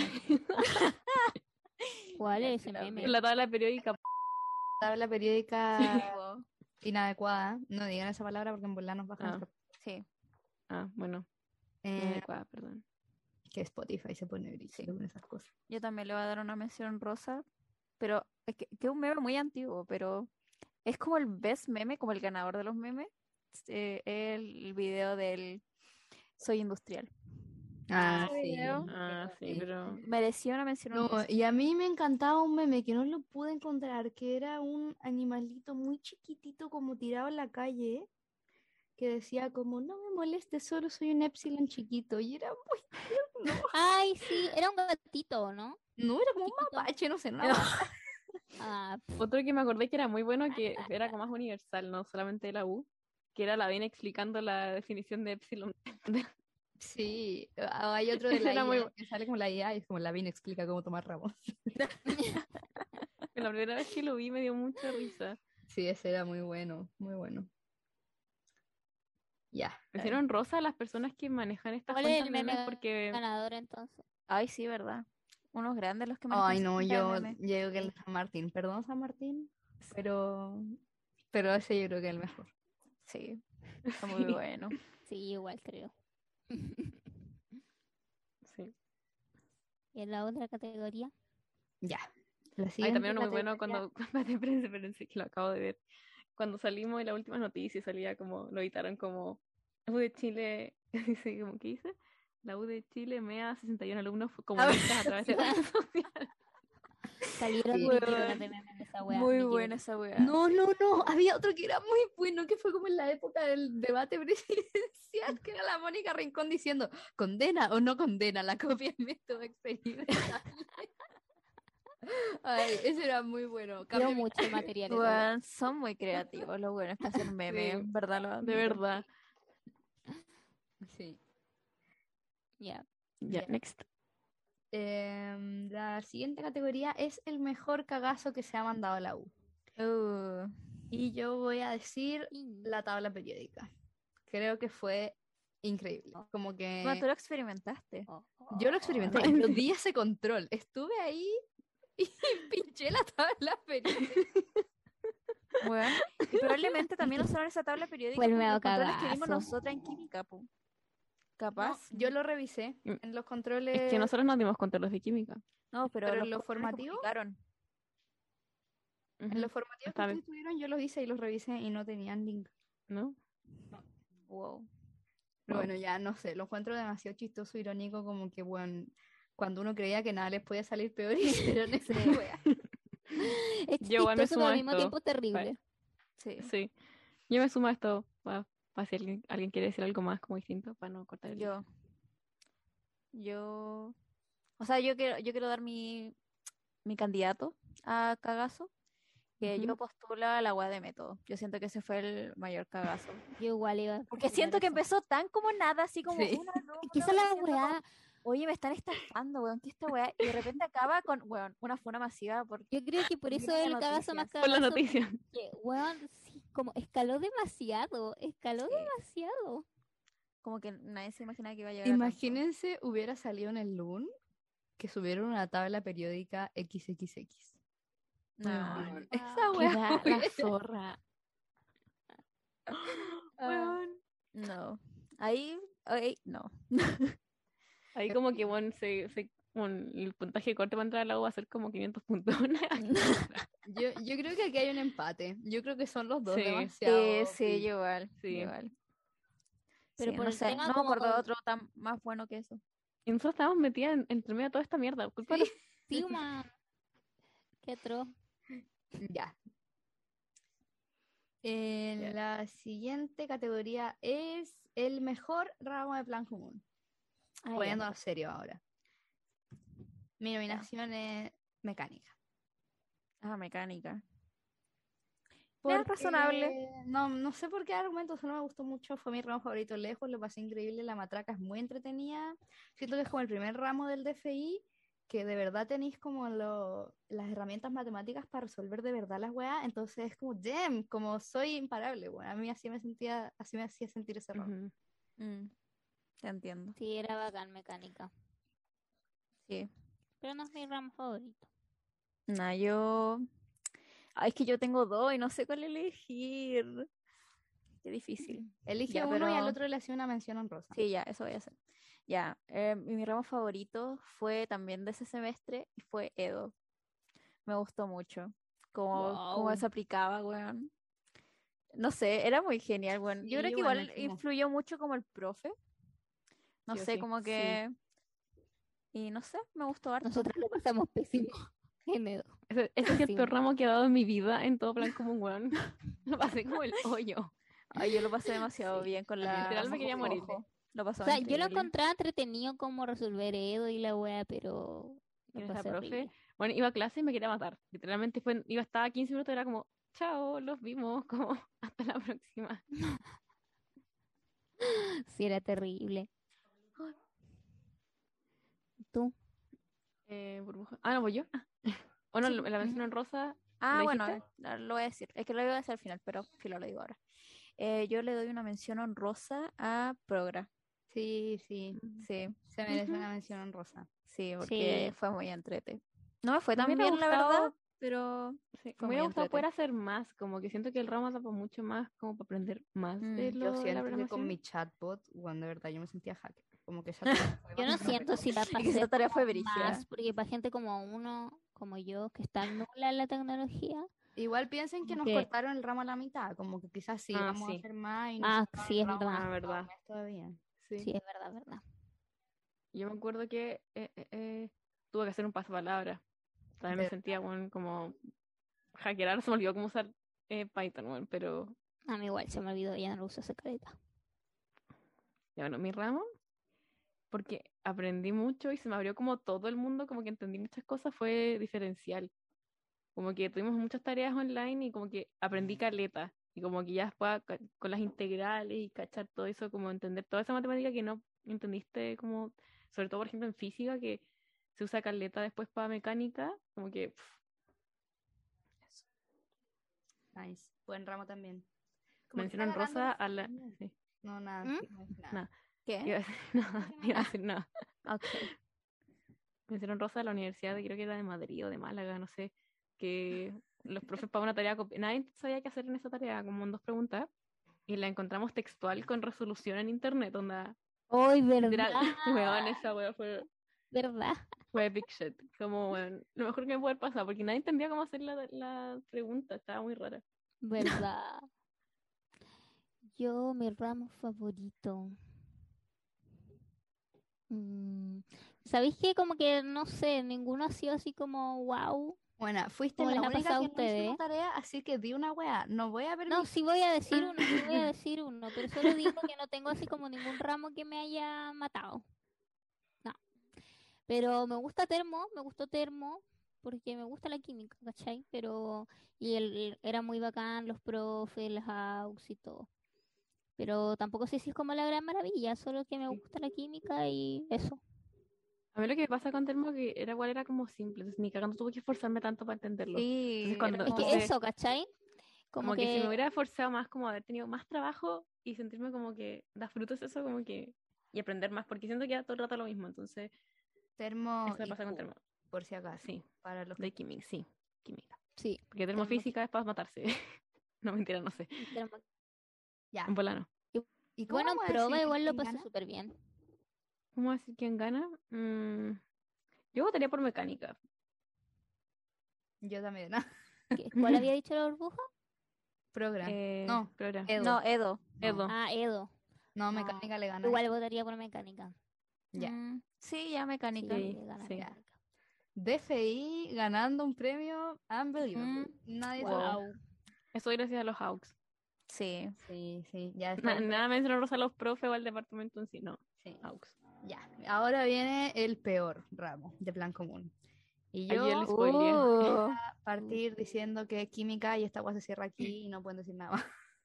¿Cuál Ya, es sí ese la meme? vi. La tabla periódica. Tabla periódica Po. inadecuada. No digan esa palabra porque en volar nos bajan Ah. el cap- Sí. Ah, bueno. Eh, Inadecuada, perdón. que Spotify se pone brígido con esas cosas. Yo también le voy a dar una mención rosa, pero es que es un meme muy antiguo, pero es como el best meme, como el ganador de los memes, el video del Soy Industrial. Ah, Ese sí. video Ah, sí, Sí. pero. mereció una mención No, honrosa. y a mí me encantaba un meme que no lo pude encontrar, que era un animalito muy chiquitito como tirado en la calle, que decía como, no me molestes, solo soy un epsilon chiquito. Y era muy tierno. Ay, sí, era un gatito, ¿no? No, era como un Chiquito. mapache, no sé, nada. Ah, Otro que me acordé que era muy bueno, que era como más universal, no solamente de la U, que era la Vena explicando la definición de epsilon. Sí, hay otro de Ese la era muy IA que sale como la IA y es como la Vin explica cómo tomar ramos. que la primera vez que lo vi me dio mucha risa. Sí, ese era muy bueno, muy bueno. Ya. Me hicieron rosa a las personas que manejan estas ¿Cuál es cuentas el memes meme porque ganador entonces? Ay, sí, ¿verdad? Unos grandes los que manejan Ay, esa no, cuenta de yo memes. digo que el San Martín. Perdón, San Martín, pero ese yo creo que es el mejor. Sí, está muy Sí, bueno. Sí, igual creo. sí. ¿Y en la otra categoría? Ya. La Ay, siguiente también uno muy bueno categoría. espérense, que lo acabo de ver. Cuando salimos en las últimas noticias salía como, lo editaron como U de Chile, dice como, ¿qué dice? La U de Chile mea 61 alumnos comunistas a través de redes sociales. Salieron Sí. millones de Weón, memes de esa weá. muy buena millones. esa weá. No, Sí. no, no. Había otro que era muy bueno, que fue como en la época del debate presidencial, que era la Mónica Rincón diciendo, ¿condena o no condena la copia del método experimental? Ay, ese era muy bueno. Dio Cambio mi- mucho material esa weá. Weón, son muy creativos los buenos para hacer memes, Sí, ¿verdad? Lo de admito. verdad. Sí. Ya. Ya, Ya. next. La siguiente categoría es el mejor cagazo que se ha mandado a la U. Y yo voy a decir la tabla periódica. Creo que fue increíble. Como Bueno, que tú lo experimentaste. yo lo experimenté, ¿en yo serio? di ese control. Estuve ahí y pinché la tabla periódica. Bueno, y probablemente también usaron esa tabla periódica Fue el como medio los controles que vimos cagazo. nosotras en química, po. No, Capaz. yo lo revisé Mm, en los Es controles, que nosotros nos dimos contra los de química. No, pero pero los en los controles que formativos, publicaron. en Ujú, los formativos que está bien, ustedes tuvieron, yo los hice y los revisé y no tenían link. ¿no? Wow. Pero Wow. bueno, ya no sé, lo encuentro demasiado chistoso, irónico, como que, bueno, cuando uno creía que nada les podía salir peor, hicieron esa Sí. wea. Es Yo igual me chistoso, sumo pero a al mismo esto. tiempo terrible. Sí. Sí, yo me sumo a esto para si alguien quiere decir algo más como distinto para no cortar el hilo. Yo. O sea, yo quiero dar mi candidato a cagazo. Que yo Ujú. postulo a la weá de método. Yo siento que ese fue el mayor cagazo. Yo igual iba a Porque postular siento que eso. empezó tan como nada, así como Sí. un Es que esa es alumno la diciendo como, weá. oye, me están estafando, weón, ¿qué esta weá? Y de repente acaba con, weón, una funa masiva por Yo creo que por eso miles de el cagazo más noticias. Por la cagazo, noticia. porque, weón, sí, como escaló demasiado, escaló Sí, demasiado. como que nadie se imaginaba que iba a llegar a tanto. Imagínense hubiera salido en el LUN que subieron una tabla periódica XXX. No, Weón, Esa que wea da la hubiera- zorra. Ah, Weón. no. Ahí, no. Ahí como que bueno, el puntaje corte para entrar a la U va a ser como 500 puntos. yo creo que aquí hay un empate. Yo creo que son los dos Sí. demasiado. Sí, yo igual, Sí. yo igual. Pero Sí, por no el sé, tema no me como acuerdo de otro tan más bueno que eso. Y nosotros estábamos metidas entre medio de toda esta mierda. Culpa de Sí. sí, man, qué atroz. Ya. Ya. La siguiente categoría es el mejor ramo de plan común. Ah, ya. Poniéndonos serio ahora. Mi nominación es mecánica. Mecánica. Porque razonable. no sé por qué argumento, solo me gustó mucho, fue mi ramo favorito lejos, lo pasé increíble, la matraca es muy entretenida. Siento que es como el primer ramo del DFI, que de verdad tenéis como las herramientas matemáticas para resolver de verdad las weas, entonces es como, damn, como soy imparable, bueno, a mí así me hacía sentir ese ramo. Ujú. Te entiendo. Sí, era bacán mecánica. Sí. Pero no es mi ramo favorito. Nah, yo. Es que yo tengo dos y no sé cuál elegir. Qué difícil. Elige Ya, uno y al pero- otro le hacía una mención honrosa. Sí, ya, eso voy a hacer. Ya, mi ramo favorito fue también de ese semestre y fue Edo. Me gustó mucho cómo Wow. se aplicaba, weón. No sé, era muy genial, weón. Yo creo Sí, que igual buenísimo. influyó mucho como el profe. No Sí o sé, sí. como Sí. que... Y no sé, me gustó harto. Nosotros lo pasamos pésimo en Edo. Ese es el Sí. peor ramo que he dado en mi vida en todo plan como un weón. Lo pasé como el hoyo. Ay, yo lo pasé demasiado Sí, bien con también la Literal me Mojo quería morir. Jojo. Lo O pasaba sea, yo lo increíble. encontraba entretenido como resolver Edo y la wea, pero lo ¿Quién es la pasé profe? horrible. Bueno, iba a clase y me quería matar. Literalmente iba a estar 15 minutos y era como, chao, los vimos, como hasta la próxima. Sí, era terrible. ¿Tú? Burbuja. Ah, no, voy yo. O no, Sí. la mención en rosa. Ah, ¿la bueno, dijiste? lo voy a decir. Es que lo iba a decir al final, pero filo, lo digo ahora. Yo le doy una mención honrosa a Progra. Sí, Sí, se merece Ujú. una mención honrosa. sí, porque Sí. fue muy entrete. No me fue Me tan hubiera bien, la verdad, gustado, pero sí, fue me muy hubiera gustado entrete. poder hacer más, como que siento que el ramo da para mucho más, como para aprender más de Yo lo de la siento que con programación. mi chatbot, bueno, de verdad, yo me sentía hacker. Como que esa tarea fue Yo no bastante siento si da Es para que esa hacer tarea como fue brígida. más, porque para gente como uno, como yo, que está nula en la tecnología. Igual piensen que Como nos que- cortaron el ramo a la mitad, como que quizás sí, Ah, vamos a sí, hacer más y nos Ah, sacaron sí, el es ramo verdad. ah, a verdad. un mes todavía. Sí. Sí, es verdad, verdad. Yo me acuerdo que tuve que hacer un pasapalabra. También me De- sentía bueno, como hackear. Ahora se me olvidó cómo usar Python, bueno, pero A mí igual, se me olvidó, ya no lo uso secreta. ya bueno, mi ramo, porque aprendí mucho y se me abrió como todo el mundo, como que entendí muchas cosas, fue diferencial. Como que tuvimos muchas tareas online y como que aprendí caleta. Y como que ya después con las integrales y cachar todo eso, como entender toda esa matemática que no entendiste, como, sobre todo por ejemplo en física, que se usa caleta después para mecánica, como que Nice. Buen ramo también. Como que está mencionan agarrando rosa la a la... forma. Sí, No, nada, ¿Mm? sí, no dije nada. nada, ¿Qué? iba a decir nada, iba a decir nada. Ok. Mencionaron rosa a la universidad, creo que era de Madrid o de Málaga, no sé, que los profes para una tarea, nadie sabía qué hacer en esa tarea, como en 2 preguntas, y la encontramos textual con resolución en internet, onda, ¡Ay, literal, verdad! weón, esa wea ¿Verdad? fue big shit, como, weón, lo mejor que me puede pasar, porque nadie entendía cómo hacer la pregunta, estaba muy rara. ¿Verdad? Yo, mi ramo favorito. Mm, ¿Sabéis que como que, no sé, ninguno ha sido así como wow, Bueno, fuiste como la les ha única pasado a que no hizo una ustedes? tarea, así que di una wea. No voy a No, permitir. sí voy a decir uno, sí voy a decir uno, pero solo digo que no tengo así como ningún ramo que me haya matado. No. Pero me gustó termo, porque me gusta la química, ¿cachai? Pero, era muy bacán, los profes, las AUX y todo. Pero tampoco sé si es como la gran maravilla, solo que me gusta la química y eso. A mí lo que me pasa con Termo que era igual era como simple, entonces ni cagando tuve que esforzarme tanto para entenderlo. Entonces Sí, era cuando, Es que entonces como... eso, ¿cachai? Como como que si me que, hubiera esforzado más, como haber tenido más trabajo y sentirme como que da frutos eso, como que, y aprender más, porque siento que era todo el rato lo mismo, entonces Termo eso me y pasa con Q, termo. por si acaso. Sí, Para los que de química, sí, química. sí, Porque termo, termofísica es para matarse. No, mentira, no sé. termo- ya. En volano. y ¿Y cómo bueno, en vamos a prueba decidir igual lo quién pasé gana? súper bien. ¿Cómo decir quién gana? Yo votaría por mecánica. Yo también. ¿Cuál había dicho la burbuja? Program. No, Pero era Edo. No, Edo. No, Edo. Ah, Edo. no, No, mecánica le gana. igual votaría por mecánica. Ya. Sí, ya Sí, mecánica. Sí, le gana sí. mecánica. DFI ganando un premio unbelievable. Nadie se lo- Wow. Eso gracias a los Hawks. Sí. Sí, sí, ya después. Nada mencionaron a los profes o al departamento en sí, no. Sí, Hawks. ya. Ahora viene el peor ramo de plan común. Y Aquí yo yo le spoileé. a partir diciendo que química y esta agua se cierra aquí y no pueden decir nada más.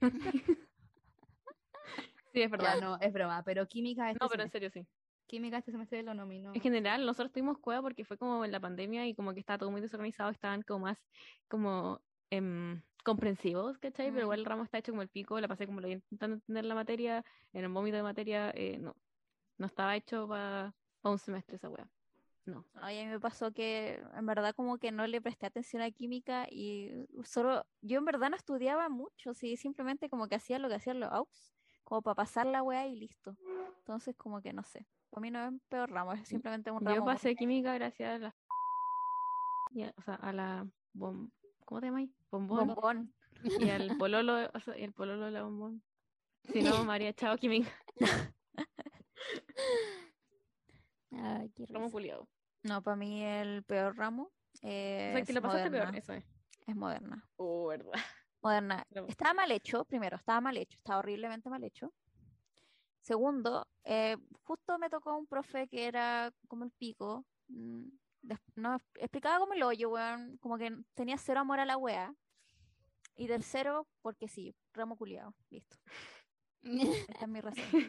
Sí, es verdad. Ya no, es broma, pero química este No, pero en semestre. serio, sí. Química este semestre lo nominó. En general, nosotros tuvimos cueva porque fue como en la pandemia y como que estaba todo muy desorganizado, estaban como más como comprensivos, ¿cachai? Pero igual el ramo está hecho como el pico, la pasé como lo intentando entender la materia, en el vómito de materia, no estaba hecho para un semestre esa wea. No. Ay, a mí me pasó que en verdad como que no le presté atención a química y solo, yo en verdad no estudiaba mucho, sí, simplemente como que hacía lo que hacían los AUX, como para pasar la weá y listo. Entonces como que no sé, para mí no es un peor ramo, es simplemente un Yo ramo muy... pasé química gracias a o sea, a la ¿cómo te llamas? Bombón bombón. y al pololo, o sea, y el pololo de la bombón. Si no, María, chao química. Ay, qué Ramo risa. culiado. No, para mí el peor ramo O sea, que es lo pasaste peor, moderna, eso es. es moderna. Verdad. Moderna. Lo- Estaba mal hecho, primero, estaba mal hecho, estaba horriblemente mal hecho. Segundo, justo me tocó un profe que era como el pico. No, explicaba como el hoyo, weón. Como que tenía cero amor a la wea. Y tercero, porque sí, ramo culiado. Listo. Esta es mi razón.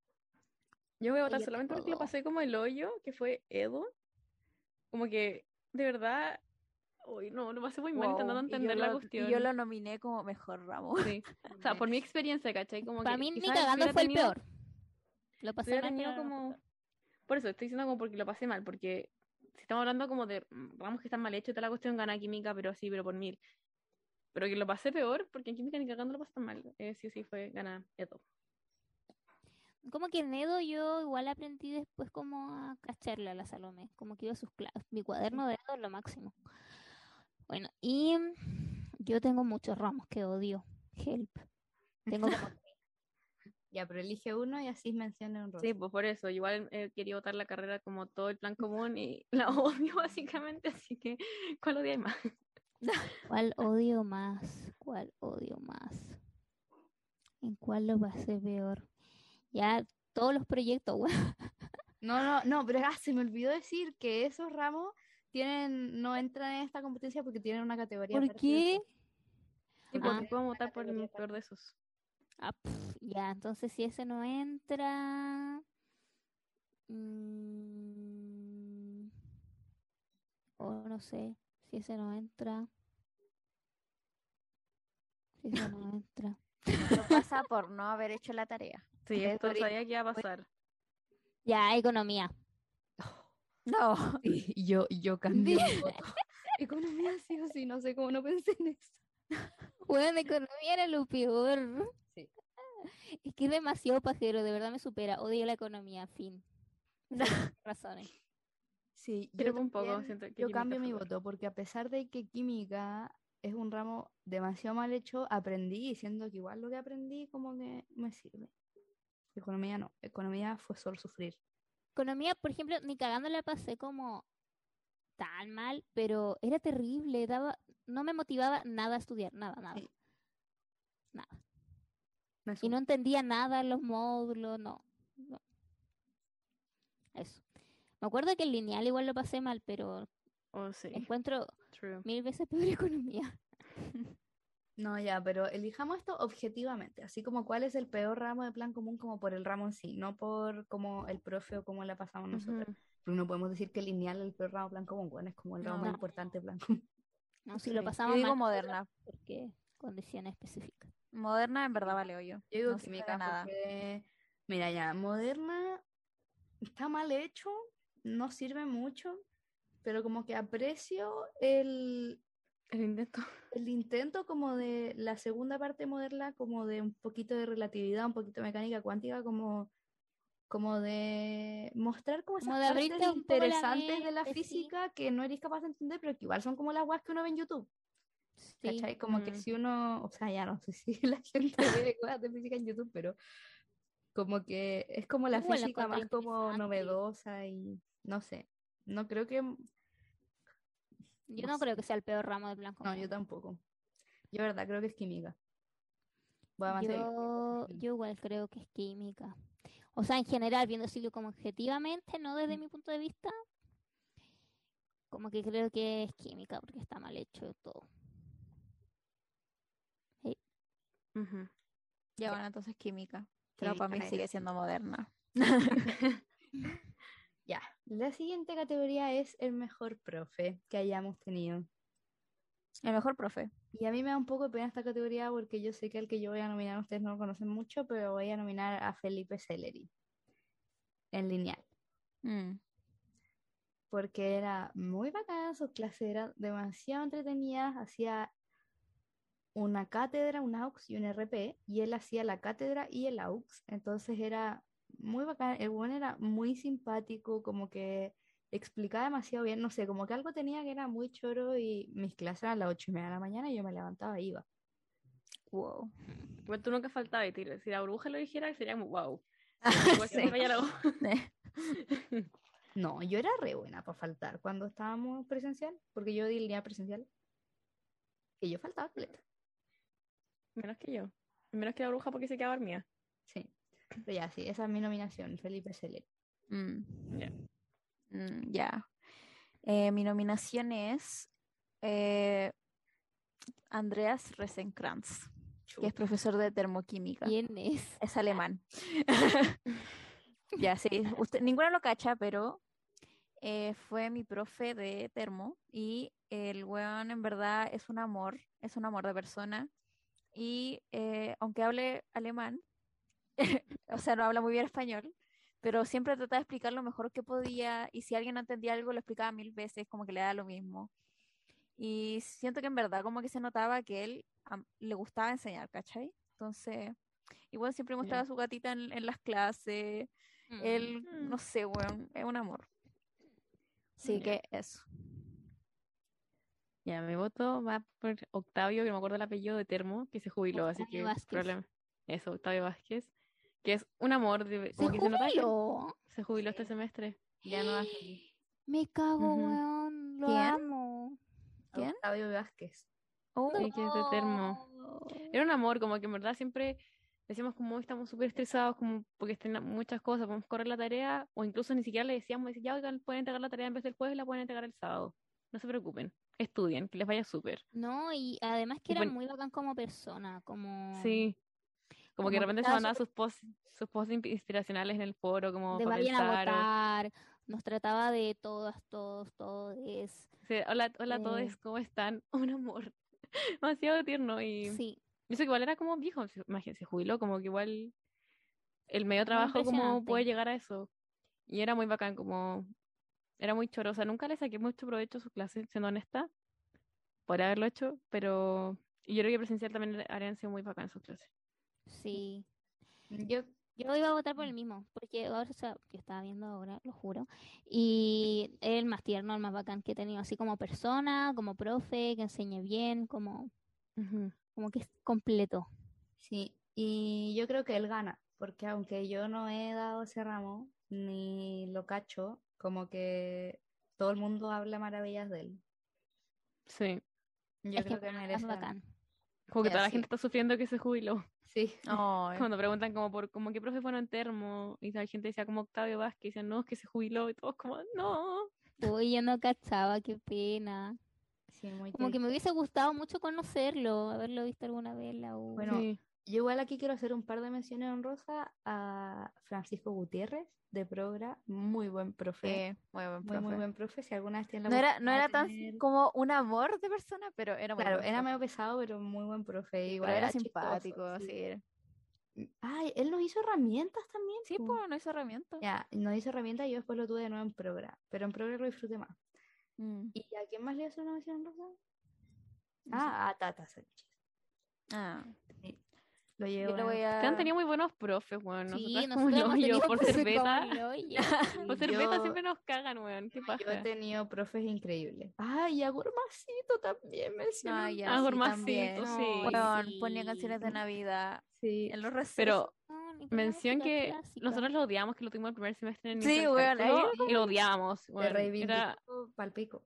Yo voy a votar Yo solamente tengo porque lo dos. pasé como el hoyo, que fue Edo. Como que de verdad, uy, no, lo pasé muy mal intentando Wow, entender la cuestión. y yo lo nominé como mejor ramo. Sí. O sea, por mi experiencia, ¿cachai? Como Para que mí ni quizás cagando hubiera fue el tenido- peor. Lo pasé hubiera mal, tenido pero no fue el como... peor. Por eso, estoy diciendo como porque lo pasé mal, porque si estamos hablando como de ramos que están mal hechos y toda la cuestión, gana química, pero sí, pero por 1000. Pero que lo pasé peor, porque en química ni cagando lo pasé tan mal. Sí, sí, fue gana Edo. Como que en Edo yo igual aprendí después como a cacharle a la Salomé, como que iba a sus clases. Mi cuaderno de Edo es lo máximo. Bueno, y yo tengo muchos ramos que odio. Help. Tengo como Ya, pero elige uno y así menciona un Sí, rosa. pues por eso. Igual quería votar la carrera como todo el plan común y la odio básicamente, así que ¿cuál odiáis más? ¿cuál odio más? ¿Cuál odio más? ¿En cuál lo pasé peor? Ya todos los proyectos, weón. No, pero se me olvidó decir que esos ramos no entran en esta competencia porque tienen una categoría ¿Por aparte qué? después. Sí, Porque pues Ah, aquí tienen podemos una votar por categoría el peor aparte. de esos. ya, entonces si ese no entra... mm, o no sé, si ese no entra... Si ese no entra... Eso pasa por no haber hecho la tarea. Sí, Es esto Doris. sabía que iba a pasar. Ya, economía. No. Sí, yo cambio mi voto. Economía sí o sí, no sé cómo no pensé en eso. Bueno, economía era lo peor. Sí. Es que es demasiado pajero, de verdad me supera. Odio la economía, fin. Esas son mis razones. Sí, Creo yo que un poco, también, siento que yo química cambio fue mi peor. voto porque a pesar de que química es un ramo demasiado mal hecho, aprendí y siento que igual lo que aprendí como que me sirve. Economía no, economía fue solo sufrir. Economía, por ejemplo, ni cagando la pasé como tan mal, pero era terrible, no me motivaba nada a estudiar, nada, nada, Sí, nada. me Y no sumo. entendía nada en los módulos, no, no, eso. Me acuerdo que el lineal igual lo pasé mal, pero Oh, sí, encuentro true. 1000 veces peor economía. No, ya, pero elijamos esto objetivamente, así como cuál es el peor ramo de plan común como por el ramo en sí, no por como el profe o cómo la pasamos nosotros. Ujú. Porque no podemos decir que lineal es el peor ramo de plan común, bueno, es como el ramo más No. importante de plan común. No, si Sí. lo Yo pasamos digo mal nosotros, moderna. porque condiciones específicas. Moderna en verdad vale hoyo. Yo digo No sirve de química nada. porque, mira, ya, moderna está mal hecho, no sirve mucho, pero como que aprecio El intento. el intento como de la segunda parte moderna, como de un poquito de relatividad, un poquito de mecánica cuántica, como de mostrar como esas Como de partes abrirte un poco la interesantes de la mente, sí. física que no eres capaz de entender, pero que igual son como las guas que uno ve en YouTube. Sí. ¿Cachai? Como que Mm. si uno, o sea, ya no sé si la gente ve cosas de física en YouTube, pero como que es como la Igual lo física encontré más como interesante. novedosa y no sé, no creo que, Yo no no creo sé, que sea el peor ramo de plan no, yo común. tampoco. Yo, verdad, creo que es química. Voy a avanzar. Yo igual creo que es química. O sea, en general, viendo Silvio como objetivamente, no desde mi punto de vista, como que creo que es química porque está mal hecho todo. Sí. Ujú. Ya bueno, entonces química. Pero Química para mí sigue siendo moderna. Ya, la siguiente categoría es el mejor profe que hayamos tenido. El mejor profe. Y a mí me da un poco de pena esta categoría porque yo sé que el que yo voy a nominar, ustedes no lo conocen mucho, pero voy a nominar a Felipe Selleri en lineal. Mm. Porque era muy bacana, sus clases eran demasiado entretenidas, hacía una cátedra, un AUX y un RP, y él hacía la cátedra y el AUX, entonces era muy bacán, el buen era muy simpático, como que explicaba demasiado bien, no sé, como que algo tenía que era muy choro y mis clases eran a las 8:30 de la mañana y yo me levantaba e iba. Wow. Igual tú nunca faltabas, y si la bruja lo dijera, sería como wow. Igual que Sí. me la No, yo era re buena para faltar cuando estábamos presencial, porque yo di el día presencial, y yo faltaba caleta. Menos que yo. Menos que la bruja porque se quedaba dormida. Sí, pero ya, sí, esa es mi nominación, Felipe Selleri. Mm. Ya. Ya. Mi nominación es Andreas Rosenkrantz, que es profesor de termoquímica. ¿Quién es? Es alemán. Ya, sí. Usted, ninguna lo cacha, pero fue mi profe de termo y el weón en verdad es un amor de persona y aunque hable alemán, o sea, no habla muy bien español, pero siempre trataba de explicar lo mejor que podía y si alguien no entendía algo lo explicaba 1000 veces, como que le da lo mismo. Y siento que en verdad como que se notaba que él le gustaba enseñar, ¿cachai? Entonces, igual siempre mostraba a su gatita en las clases. Él, no sé, weón, es un amor. Así Ya. que eso. Ya, mi voto va por Octavio, que no me acuerdo el apellido de Termo, que se jubiló, así Octavio que Vázquez. probablemente eso, Octavio Vázquez, que es un amor, ¿Se como que se nota que jubiló? se jubiló este Sí. semestre. Ya no va a seguir. Me cago, Ujú. weón. Lo ¿Quién? amo. ¿Quién? Octavio Vázquez. Oh, Sí, que es de Termo. Era un amor, como que en verdad siempre decíamos como estamos súper estresados, como porque tienen muchas cosas, podemos correr la tarea, o incluso ni siquiera le decíamos, ya, oigan, pueden entregar la tarea en vez del jueves, la pueden entregar el sábado. No se preocupen, estudien, que les vaya súper. No, y además que Y era pon- muy bacán como persona, sí, como que de como que repente se estaba mandaba sus posts inspiracionales en el foro, como de para vayan a pensar, o votar, nos trataba de todas, todos, todes. sí, hola, hola a Eh, todos, ¿cómo están? Un amor demasiado tierno y sí, eso que igual era como viejo, imagínense, se jubiló, como que igual el medio muy trabajo como puede impresionante. llegar a eso. Y era muy bacán, como era muy chorosa. Nunca le saqué mucho provecho a sus clases, siendo honesta, por haberlo hecho, pero y yo creo que presencial también habrían sido muy bacán sus clases. Sí. Yo, Yo iba a votar por el mismo, porque ahora, o sea, yo estaba viendo ahora, lo juro, y es el más tierno, el más bacán que he tenido, así como persona, como profe, que enseñe bien, Ujú. como que es completo. sí, y yo creo que él gana, porque aunque yo no he dado ese ramo, ni lo cacho, como que todo el mundo habla maravillas de él. Sí, Yo Es que creo que bueno, es merece ganar. bacán. como que Ya, toda la gente sí, está sufriendo que se jubiló. sí. ay, Cuando preguntan como por como qué profe fueron en termo, y la gente decía como Octavio Vázquez, y decían, no, es que se jubiló, y todos como, no. Uy, yo no cachaba, qué pena. Sí, muy Como que me triste. hubiese gustado mucho conocerlo, haberlo visto alguna vez en la U. Bueno, Sí. yo igual aquí quiero hacer un par de menciones honrosas a Francisco Gutiérrez de Progra, muy buen profe, muy buen muy profe. buen profe. Si alguna vez tienen la No oportunidad de era tan tener, como un amor de persona, pero era muy claro, buen era profe. medio pesado, pero muy buen profe, Sí, pero igual era era chistoso, simpático, sí. así. Ay, él nos hizo herramientas también, Sí, po. pues no hizo herramientas. Ya, nos hizo herramientas y yo después lo tuve de nuevo en Progra, pero en Progra lo disfruté más. Mm, ¿Y a quién más le hace una mención honrosa? no sé. A Tata Sánchez. Ah, Sí, lo yo llevo le voy Es que han a... tenido muy buenos profes, weón. Sí, Nosotras como nosotros el hemos hoyo, tenido por ser profes como beta. el hoyo. Por y ser beta yo, siempre nos cagan, weón. Qué yo he paja. tenido profes increíbles. Ay, y a Gurmacito también mencionó. Ah, ya, Ah, sí, Gormacito, también. sí. Bueno, ponía canciones de Mm, Navidad sí, en los recesos. Pero Ni ponía mención música que clásica. nosotros lo odiamos, que lo tuvimos el primer semestre en intro Sí, del weón, ahí cálculo y lo sí, odiábamos, te weón. Era, reivindicó palpico.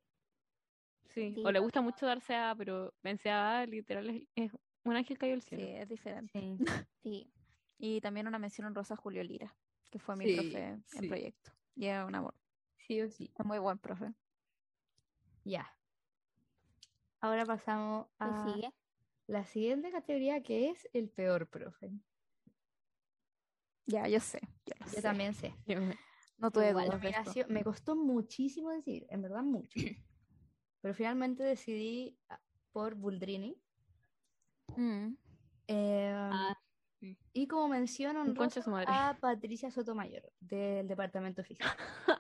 sí, o Sí, le gusta mucho darse a, pero vense a, literal, es un ángel cayó del sí, cielo. es diferente. Sí, sí. Y también una mención honrosa a Julio Lira, que fue mi sí, profe en sí, proyecto. Y era un amor. sí o sí. Es muy buen profe. Ya. Ahora pasamos ¿Qué a sigue? la siguiente categoría que es el peor profe. Ya, yo sé, yo lo Yo sé. también sé. No Yo tuve igual. dudas de esto. Me costó muchísimo decidir, en verdad mucho. Pero finalmente decidí por Buldrini. Mm. Em, Ah, mm. y como mención Un concha honrosa de su madre. a Patricia Sotomayor, del Departamento de Física.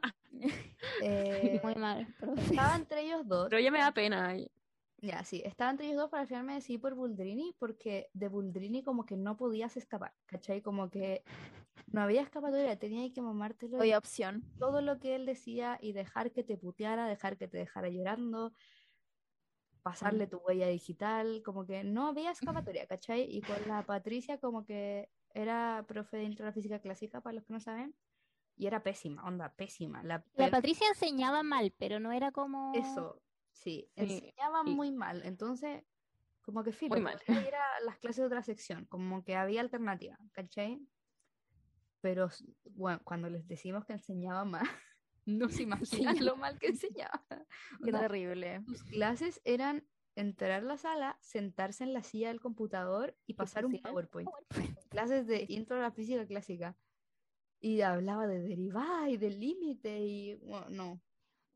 Muy Eh, mal, profe. estaba entre ellos dos. Pero ya me da pena. Ya, sí, estaba entre ellos dos para al final me decidí por Buldrini porque de Buldrini como que no podías escapar, ¿cachai? Como que no había escapatoria, tenía que mamártelo Había opción. todo lo que él decía y dejar que te puteara, dejar que te dejara llorando, pasarle tu huella digital, como que no había escapatoria, ¿cachai? Y con la Patricia como que era profe de intro a la física clásica, para los que no saben, y era pésima, onda, pésima. La Patricia enseñaba mal, pero no era como... Eso, sí, Sí, enseñaba y muy mal, entonces como que muy filo, mal. podía ir a las clases de otra sección, como que había alternativa, ¿cachai? Pero bueno, cuando les decimos que enseñaba mal, no se imaginan lo mal que enseñaba. Qué Onda, terrible. sus clases eran entrar a la sala, sentarse en la silla del computador y pasar un pusieran PowerPoint. PowerPoint. Clases de intro a la física clásica. Y hablaba de derivada y del límite y bueno, no.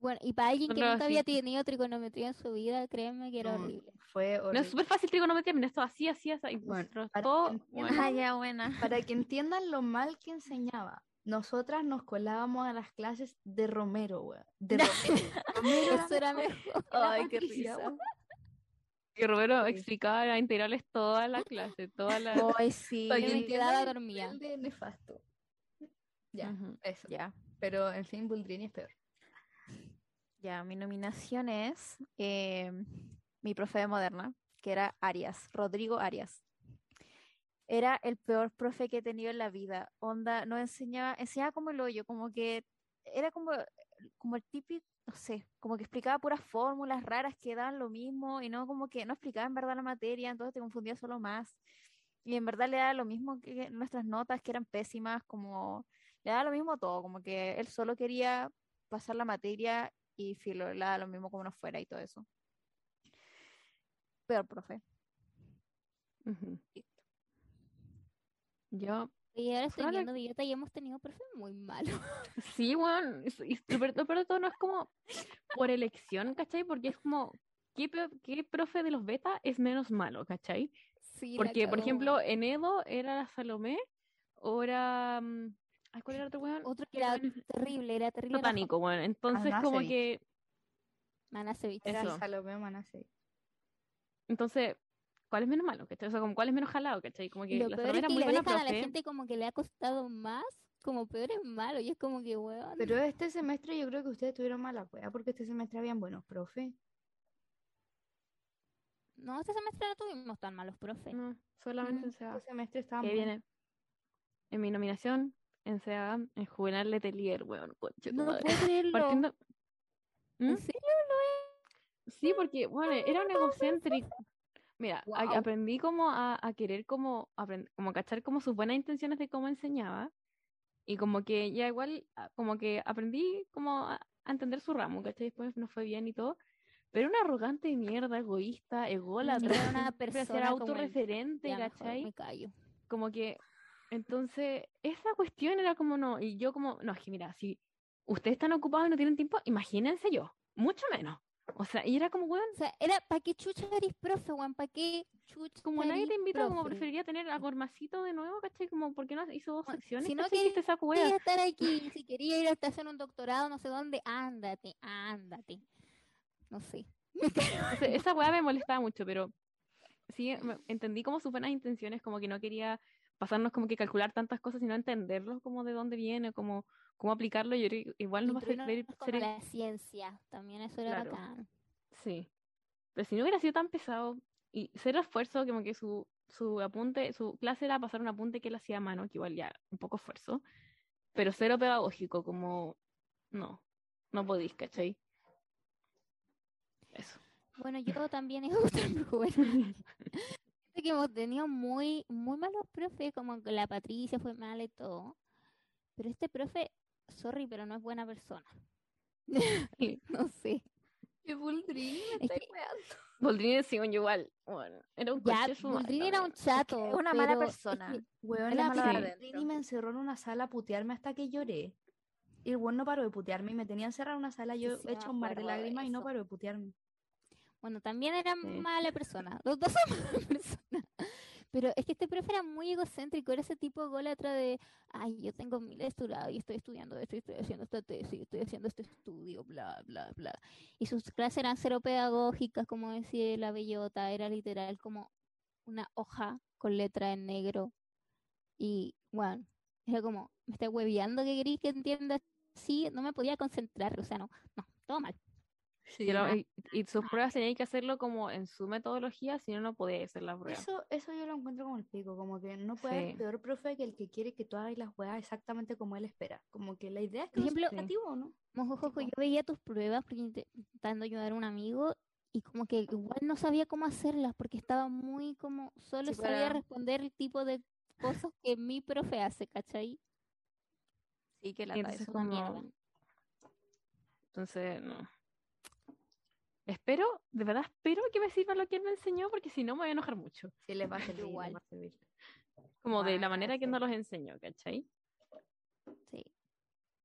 Bueno, y para alguien que Nosotros nunca así. había tenido trigonometría en su vida, créeme que era No, horrible. fue No, es horrible. súper fácil trigonometría, mira, esto así, así, así. Y Bueno, nosotros para todo, que bueno. entiendan- Ah, ya, buena. Para que entiendan lo mal que enseñaba, nosotras nos colábamos a las clases de Romero, weón. De Romero. Romero Eso era mejor mejor. que la Ay, qué Patricia, risa. weón. Que Romero Sí. explicaba las integrales toda la clase, toda la... Ay, Para sí. que me entiendan quedaba el dormida. nivel de nefasto. Ya, Ujú. eso. Ya, Pero en fin, Buldrini es peor. ya. Mi nominación es mi profe de moderna, que era Arias, Rodrigo Arias. Era el peor profe que he tenido en la vida. Onda, no enseñaba como el hoyo, como que era como el típico, no sé, como que explicaba puras fórmulas raras que daban lo mismo y no como que no explicaba en verdad la materia, entonces te confundía solo más. Y en verdad le daba lo mismo que nuestras notas, que eran pésimas, como le daba lo mismo todo, como que él solo quería pasar la materia y filo, le daba lo mismo como nos fuera y todo eso. Peor profe. Ujú. Yo, Y ahora estoy probable- viendo Villota y hemos tenido profes muy malos. sí, weón, y lo peor de todo no es como por elección, ¿cachai? Porque es como, ¿qué profe de los beta es menos malo, ¿cachai? Sí, la Porque, por cagó. ejemplo, en Edo era la Salomé, o era... ay, ¿cuál era el otro weón? Otro que Que era también es terrible, era terrible enojón. satánico, weón. Entonces, como Manasevich. que... Manasevich, Era sí. Eso. Salomé Manasevich. Entonces, ¿cuál es menos malo, cachai? O sea, como, ¿cuál es menos jalado, cachai? Como Y que lo la peor Salomé es era que muy le buena dejan a la profe. gente como que le ha costado más, como peor es malo. Y es como que, weón. Pero este semestre yo creo que ustedes tuvieron mala wea, porque este semestre habían buenos profe. No, este semestre no tuvimos tan malos profes. No, solamente en Este SEA. semestre estaban Que buenos. viene en mi nominación en SEA, en Juvenal Letelier, weón, conche tu No madre. puedo creerlo. Partiendo... ¿Mm? ¿En serio Sí, porque, bueno, era un egocéntrico. Mira, Wow. aprendí como a querer como, como a cachar como sus buenas intenciones de cómo enseñaba. Y como que ya igual, como que aprendí como a entender su ramo, ¿cachai? Después no fue bien y todo. Pero era una arrogante de mierda, egoísta, ególatra, Era que una siempre hacía persona como el... autorreferente, Ya mejor ¿cachai? me callo. Como que, entonces, esa cuestión era como no, y yo como, no, es que mira, si ustedes están ocupados y no tienen tiempo, imagínense yo, mucho menos. O sea, y era como, weón, O sea, era, ¿para qué chucha eres profe, weón? ¿Para qué chucha como nadie eres te invita, como profe? preferiría tener a Gormacito de nuevo, ¿cachai? Como, ¿por qué no hizo dos Weón, secciones, si no ¿cachai? Y este saco wea. quería estar aquí, si quería ir hasta hacer un doctorado, no sé dónde, ándate, ándate. No sé. Entonces, esa weá me molestaba mucho, pero sí entendí como sus buenas intenciones, como que no quería pasarnos como que calcular tantas cosas, sino entenderlos como de dónde viene, como cómo aplicarlo. Yo creo que igual nos va a hacer Introducirnos como ser, a la ciencia, también eso era claro, bacán. sí. Pero si no hubiera sido tan pesado y cero esfuerzo, como que su apunte, su clase era pasar un apunte que él hacía a mano, que igual ya un poco esfuerzo, pero cero pedagógico, como no, no podís, ¿cachai? Eso. Bueno, yo también he gustado el bueno. Siento que hemos tenido muy, muy malos profes, como que la Patricia fue mala y todo. Pero este profe, sorry, pero no es buena persona. No sé. ¡Qué Buldrini me Es está que weando! Boldrini sí, igual, bueno, era un ya, coche su madre Buldrini era un también. chato, Es una mala pero persona. Él es Weona, malo de sí. adentro. Buldrini me encerró en una sala a putearme hasta que lloré. Y el weón no paró de putearme y me tenía encerrada en una sala, yo sí he me hecho un mar de acuerdo de lágrimas y no eso. paró de putearme. Bueno, también era Sí. mala persona. Los dos son malas personas. Pero es que este profe era muy egocéntrico, era ese tipo ególatra de, ay, yo tengo 1000 estudiados y estoy estudiando esto, y estoy haciendo esta tesis, estoy haciendo este estudio, bla, bla, bla. Y sus clases eran cero pedagógicas, como decía la bellota, era literal como una hoja con letra en negro. Y, bueno, era como, me está hueveando que queréis que entienda así, no me podía concentrar, o sea, no, no, todo mal. Sí, Y sus pruebas tenían que hacerlo como en su metodología, si no, no podía hacer la prueba. eso yo lo encuentro como el pico, como que no puede haber Sí. peor profe que el que quiere que tú hagas las weas exactamente como él espera. Como que la idea es que Por no sea ejemplo, creativo, ¿no? Mojojojo, yo Tipo, veía tus pruebas porque intentando ayudar a un amigo y como que igual no sabía cómo hacerlas porque estaba muy como, solo Sí, sabía para... responder el tipo de cosas que mi profe hace, ¿cachai? sí, que Y lata entonces eso. Una mierda. como, entonces no. Espero, de verdad espero que me sirva lo que él me enseñó, porque si no me voy a enojar mucho. sí les va a servir, les Igual. va a servir. Como de la Va a manera que ser. nos los enseñó, ¿cachai? Sí.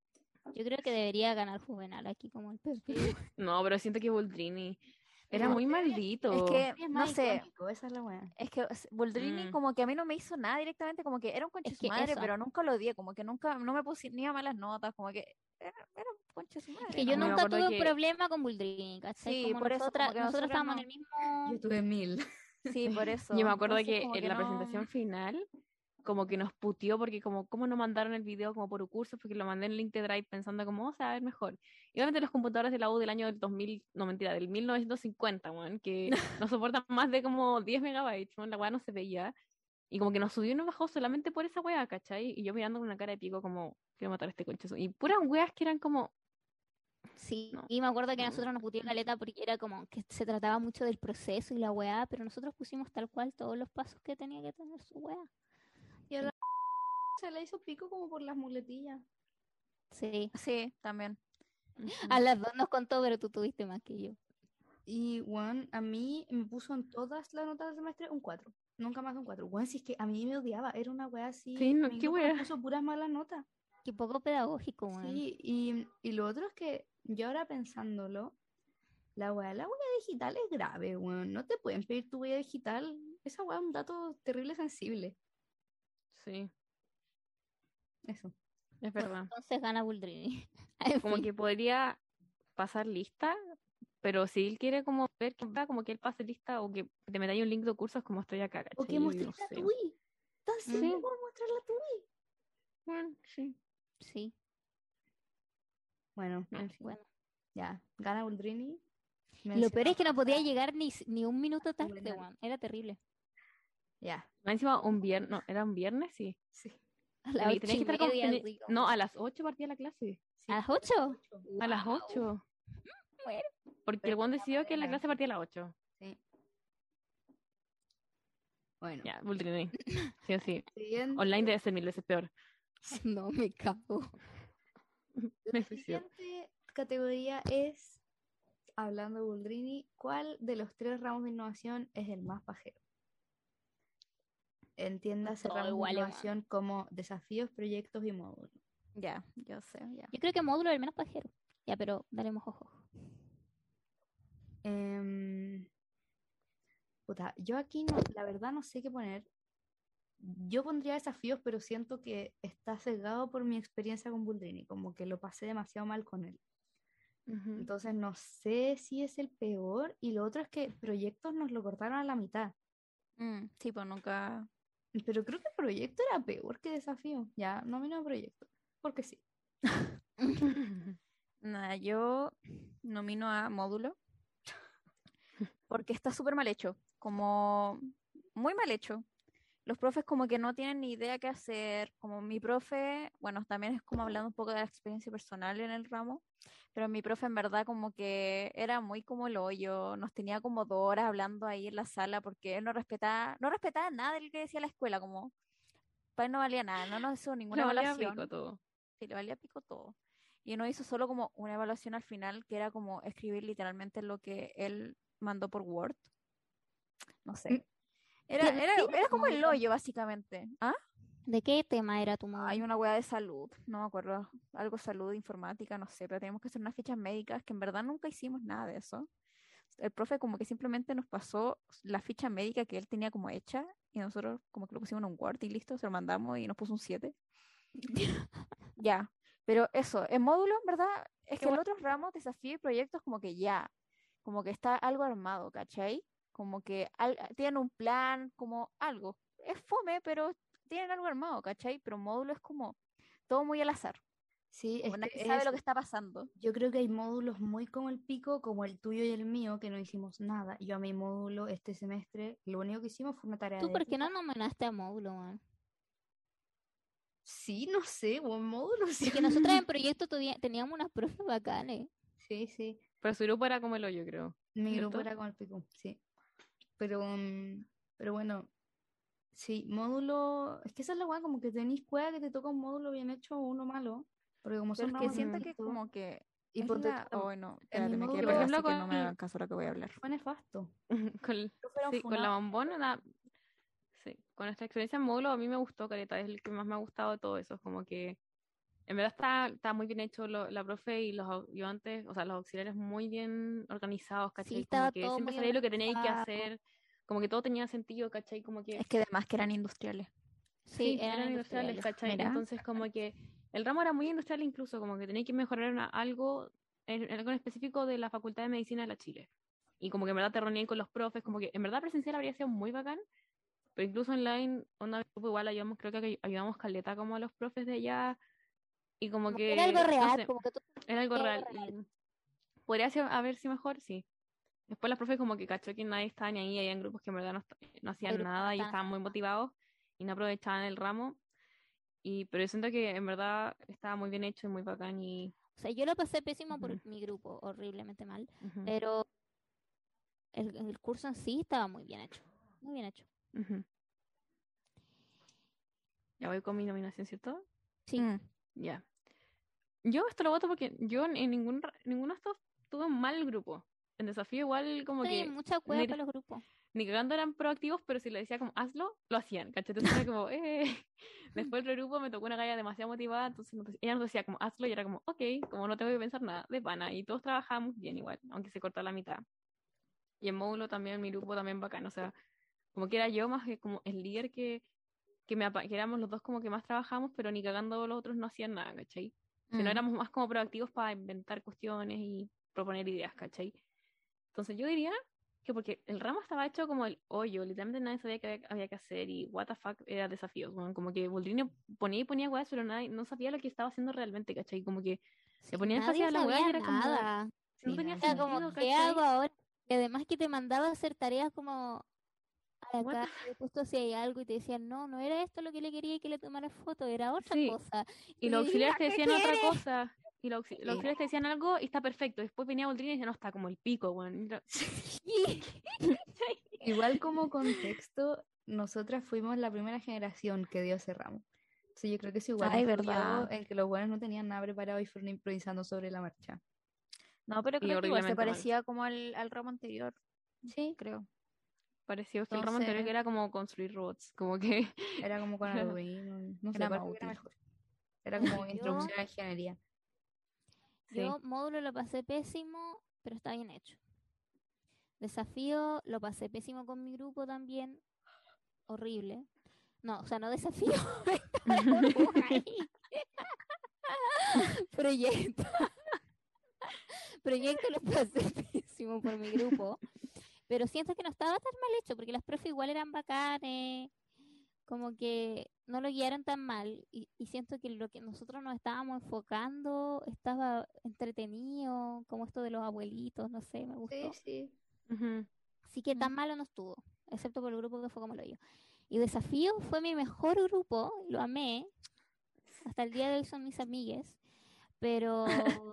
Yo creo que debería ganar Juvenal aquí como el Pepe. No, pero siento que Boldrini era No, muy es maldito. Es que, Es no más sé, icónico, esa es la weá. es que Boldrini Mm. como que a mí no me hizo nada directamente, como que era un conche Es su que madre, eso. pero nunca lo odié, como que nunca, no me puse ni a malas notas, como que era un conche su Es madre, que yo A mí me nomás. nunca acuerdo tuve un que problema con Buldrini, ¿cachai? Sí, Como por eso, como que nosotras nosotros estábamos en no. el mismo... Yo tuve 1000. Sí, por eso. yo me acuerdo Entonces, que como en que la no. presentación final como que nos puteó porque como cómo no mandaron el video como por cursos porque lo mandé en link de Drive pensando como, se va a ver mejor. Y obviamente los computadores de la U del año del 2000, no mentira, del 1950, weón, que no soportan más de como 10 megabytes, weón, la weá no se veía. Y como que nos subió y nos bajó solamente por esa weá, ¿cachai? Y yo mirando con una cara de pico como, quiero matar a este conchazo. Y puras weas que eran como, Sí, no, y me acuerdo que no, no. nosotros nos puteó caleta porque era como que se trataba mucho del proceso y la weá, pero nosotros pusimos tal cual todos los pasos que tenía que tener su weá. Y a la se le hizo pico como por las muletillas. Sí, Sí, también. Ujú. a las dos nos contó, pero tú tuviste más que yo. Y, weón, a mí me puso en todas las notas del semestre un 4. Nunca más de un 4. Weón, si es que a mí me odiaba. Era una weá así. Sí, no, Mi qué grupo me wea. puso puras malas notas. Qué poco pedagógico, weón. Sí, y lo otro es que yo ahora pensándolo, la huella digital es grave, weón. No te pueden pedir tu huella digital. Esa hueá es un dato terrible sensible. Sí, Eso. es Bueno, verdad. entonces gana Buldrini. En Como fin. que podría pasar lista, pero si él quiere como ver que va, como que él pase lista o que te metáis un link de cursos como estoy acá, O que ¿cachai? Yo mostréis no la sé. TUI. Tan simple Sí, como mostrar la TUI. bueno, sí. Sí, Bueno, No. en fin. bueno. Ya. Gana Uldrini. Y lo peor es que no podía Mención llegar ni un minuto tarde, Juvenal. weón. Era terrible. Ya. Más encima un viernes, no, era un viernes, sí. Sí. A las Tenía que estar 8:30, así como... no, a las 8 partía la clase. Sí, ¿A las 8? A las Wow. 8. Muero. Porque el buen decidió que la clase partía a las 8. Sí. Bueno. Ya, Bultrini. Sí o sí. Siguiente. Online debe ser 1000 veces peor. No, me cago. Me La suicido. siguiente categoría es, hablando de Buldrini, ¿cuál de los 3 ramos de innovación es el más pajero? Entiéndase Todo ramos de igual, weón. innovación como desafíos, proyectos y módulos. Ya, yo sé, ya. Yo creo que módulo es el menos pajero. Ya, pero dale ojo. Puta, yo aquí no, la verdad no sé qué poner. Yo pondría desafíos, pero siento que está sesgado por mi experiencia con Buldrini, como que lo pasé demasiado mal con él. Ujú. Entonces no sé si es el peor. Y lo otro es que proyectos nos lo cortaron a la mitad. Sí, pues nunca. Pero creo que proyecto era peor que desafío. Ya, nomino proyecto. Porque sí. Nada, yo nomino a módulo porque está súper mal hecho, como muy mal hecho. Los profes como que no tienen ni idea qué hacer, como mi profe, bueno, también es como hablando un poco de la experiencia personal en el ramo, pero mi profe en verdad como que era muy como el hoyo, nos tenía como 2 horas hablando ahí en la sala porque él no respetaba nada de lo que decía la escuela, como para él no valía nada, no nos hizo ninguna Le valía pico evaluación, todo. sí, le valía pico todo. Y no hizo solo como una evaluación al final, que era como escribir literalmente lo que él mandó por Word, no sé. Era, ¿De era, qué era como el módulo? hoyo, básicamente. ¿Ah? ¿De qué tema era tu Hay módulo? una weá de salud, no me acuerdo, algo salud, informática, no sé, pero tenemos que hacer unas fichas médicas que en verdad nunca hicimos nada de eso. El profe como que simplemente nos pasó la ficha médica que él tenía como hecha y nosotros como que lo pusimos en un Word y listo, se lo mandamos y nos puso un 7. Ya, pero eso, en módulo, en verdad, es Qué que el bueno. otro ramo, desafío y proyectos como que ya, como que está algo armado, ¿cachai? Como que tienen un plan, como algo. Es fome, pero tienen algo armado, ¿cachai? Pero módulo es como todo muy al azar. Sí, Como es que nadie sabe es. lo que está pasando. Yo creo que hay módulos muy como el pico, como el tuyo y el mío, que no hicimos nada. Yo a mi módulo este semestre, lo único que hicimos fue una tarea ¿Tú de por qué no ética. nominaste a módulo, weón? Sí, no sé, buen módulo, sí. Porque nosotras en proyecto teníamos unas profes bacanes. Sí, sí. Pero su grupo era como el hoyo, creo. Mi grupo ¿Cierto? era con el pico, sí. Pero, pero bueno, sí, módulo. Es que esa es la weá, como que tenéis cueva que te toca un módulo bien hecho o uno malo. Porque como Pero son es que ramos siento que distintos. como que Y es ponte tú, la... Oh, no, en mi espérate, me quedé módulo Por pegada, ejemplo, así que con, no me hagan caso a lo que voy a hablar. fue nefasto. con, Fueron sí, con la funados. bombona, sí, con nuestra experiencia en módulo a mí me gustó, Caleta, es el que más me ha gustado de todo eso. Es como que En verdad está muy bien hecho la profe y los ayudantes, o sea, los auxiliares muy bien organizados, Sí, ¿cachai? estaba Como que todo siempre muy sabía lo que teníais que organizado. hacer, como que todo tenía sentido, ¿cachai? Como que Es que además que eran industriales. Sí, sí, eran eran industriales, industriales. ¿cachai? Mira. Entonces como que el ramo era muy industrial incluso, como que tenéis que mejorar algo, algo en específico de la Facultad de Medicina de la Chile. Y como que en verdad te reunían con los profes, como que en verdad presencial habría sido muy bacán, pero incluso online, onda, igual ayudamos, creo que ayudamos caleta como a los profes de allá, y como Como que era algo que, no real, sé, como que tú era algo sentías real. algo real. Y podría haber sido mejor, sí. Después las profes como que cachó que nadie estaba ni ahí, habían grupos que en verdad no Hay hacían grupos que no nada y estaban estaban muy haciendo nada. motivados y no aprovechaban el ramo. Pero yo siento que en verdad estaba muy bien hecho y muy bacán y... O sea, yo lo pasé pésimo por Ujú, mi grupo, horriblemente mal, ujú, pero el curso en sí estaba muy bien hecho. Muy bien hecho. ujú. Ya voy con mi nominación, ¿cierto? Sí. Mm. Ya. Yo esto lo voto porque yo en ninguno de estos tuve un mal grupo. En desafío igual como Tenía que mucha cueva ni, para los grupos. ni cagando eran proactivos, pero si le decía como hazlo, lo hacían, ¿cachai? Entonces era como, Después el grupo me tocó una galla demasiado motivada, entonces ella nos decía como hazlo y era como, ok, como no tengo que pensar nada, de pana. Y todos trabajábamos bien igual, aunque se cortó la mitad. Y en módulo también, mi grupo también bacán, o sea, como que era yo más que como el líder que éramos los dos como que más trabajamos, pero ni cagando los otros no hacían nada, ¿cachai? Si no Mm. éramos más como proactivos para inventar cuestiones y proponer ideas, ¿cachai? Entonces yo diría que porque el ramo estaba hecho como el hoyo, literalmente nadie sabía qué había que hacer y what the fuck era desafíos, bueno, como que Boldrini ponía y ponía weas, pero nadie no sabía lo que estaba haciendo realmente, ¿cachai? Como que Sí, le ponía énfasis nadie a las weas y sabía era como, nada. no Sí, tenía nadie Era sabía como, sentido, nada. ¿qué hago ¿cachai? ahora? Y además que te mandaba a hacer tareas como a la What the cara, y después tú hacías algo y te decían, no, no era esto lo que le quería que le tomara foto, era otra Sí, cosa. y Y los yo dije, auxiliares ¿ya te qué decían otra quieres? cosa. Y los Sí. auxiliares te decían algo y está perfecto. Después venía Boldrini y decía, no, está como el pico, weón. Sí. Igual como contexto, nosotras fuimos la primera generación que dio ese ramo. Entonces yo creo que eso igual Ay, influyó verdad. en que los buenos no tenían nada preparado y fueron improvisando sobre la marcha. No, pero Y creo que igual se horriblemente mal. parecía como al ramo anterior, Sí, creo. Pareció que el ramo anterior que entonces era como construir robots. Como que era como con era- Arduino, no sé, Era más parece que era útil. mejor. Era Bueno, como yo, introducción a ingeniería. sí. yo módulo lo pasé pésimo, pero está bien hecho. Desafío lo pasé pésimo con mi grupo también, horrible. No, o sea, no desafío, está la burbuja ahí. Proyecto. Proyecto lo pasé pésimo por mi grupo, pero siento que no estaba tan mal hecho porque las profes igual eran bacanes, como que no lo guiaron tan mal y siento que lo que nosotros nos estábamos enfocando estaba entretenido, como esto de los abuelitos, no sé, me Sí, gustó. sí. Ujú. Así que tan malo no estuvo, excepto por el grupo que fue como lo yo. Y Desafío fue mi mejor grupo, lo amé, hasta el día de hoy son mis amigues, pero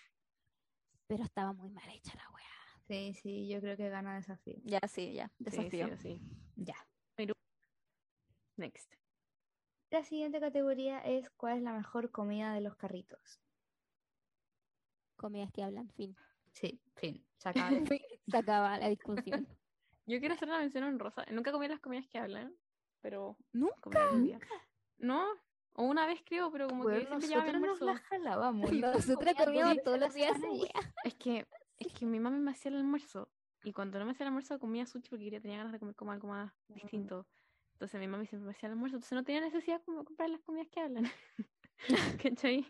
pero estaba muy mal hecha la wea. Sí, sí, yo creo que gana desafío. Ya, sí, ya. Sí, sí, Desafío. sí. Ya. Pero, next. La siguiente categoría es ¿cuál es la mejor comida de los carritos? Comidas que hablan, fin. Sí, fin, se acaba la Fin, se acaba la discusión. Yo quiero hacer una mención honrosa. Nunca comí las comidas que hablan, pero Nunca. comida algún día. ¿No? O una vez creo, pero como que Bueno, siempre llevaba mi nosotros nos la almuerzo. jalábamos. Yo creo que Nosotras comía dos comíamos Sí, veces todos a la los días semana esa y wea. es que mi mami me hacía el almuerzo. Y cuando no me hacía el almuerzo comía sushi porque tenía ganas de comer como algo más distinto. Entonces mi mami siempre me hacía el almuerzo, entonces no tenía necesidad como de comprar las comidas que hablan. ¿Cachai?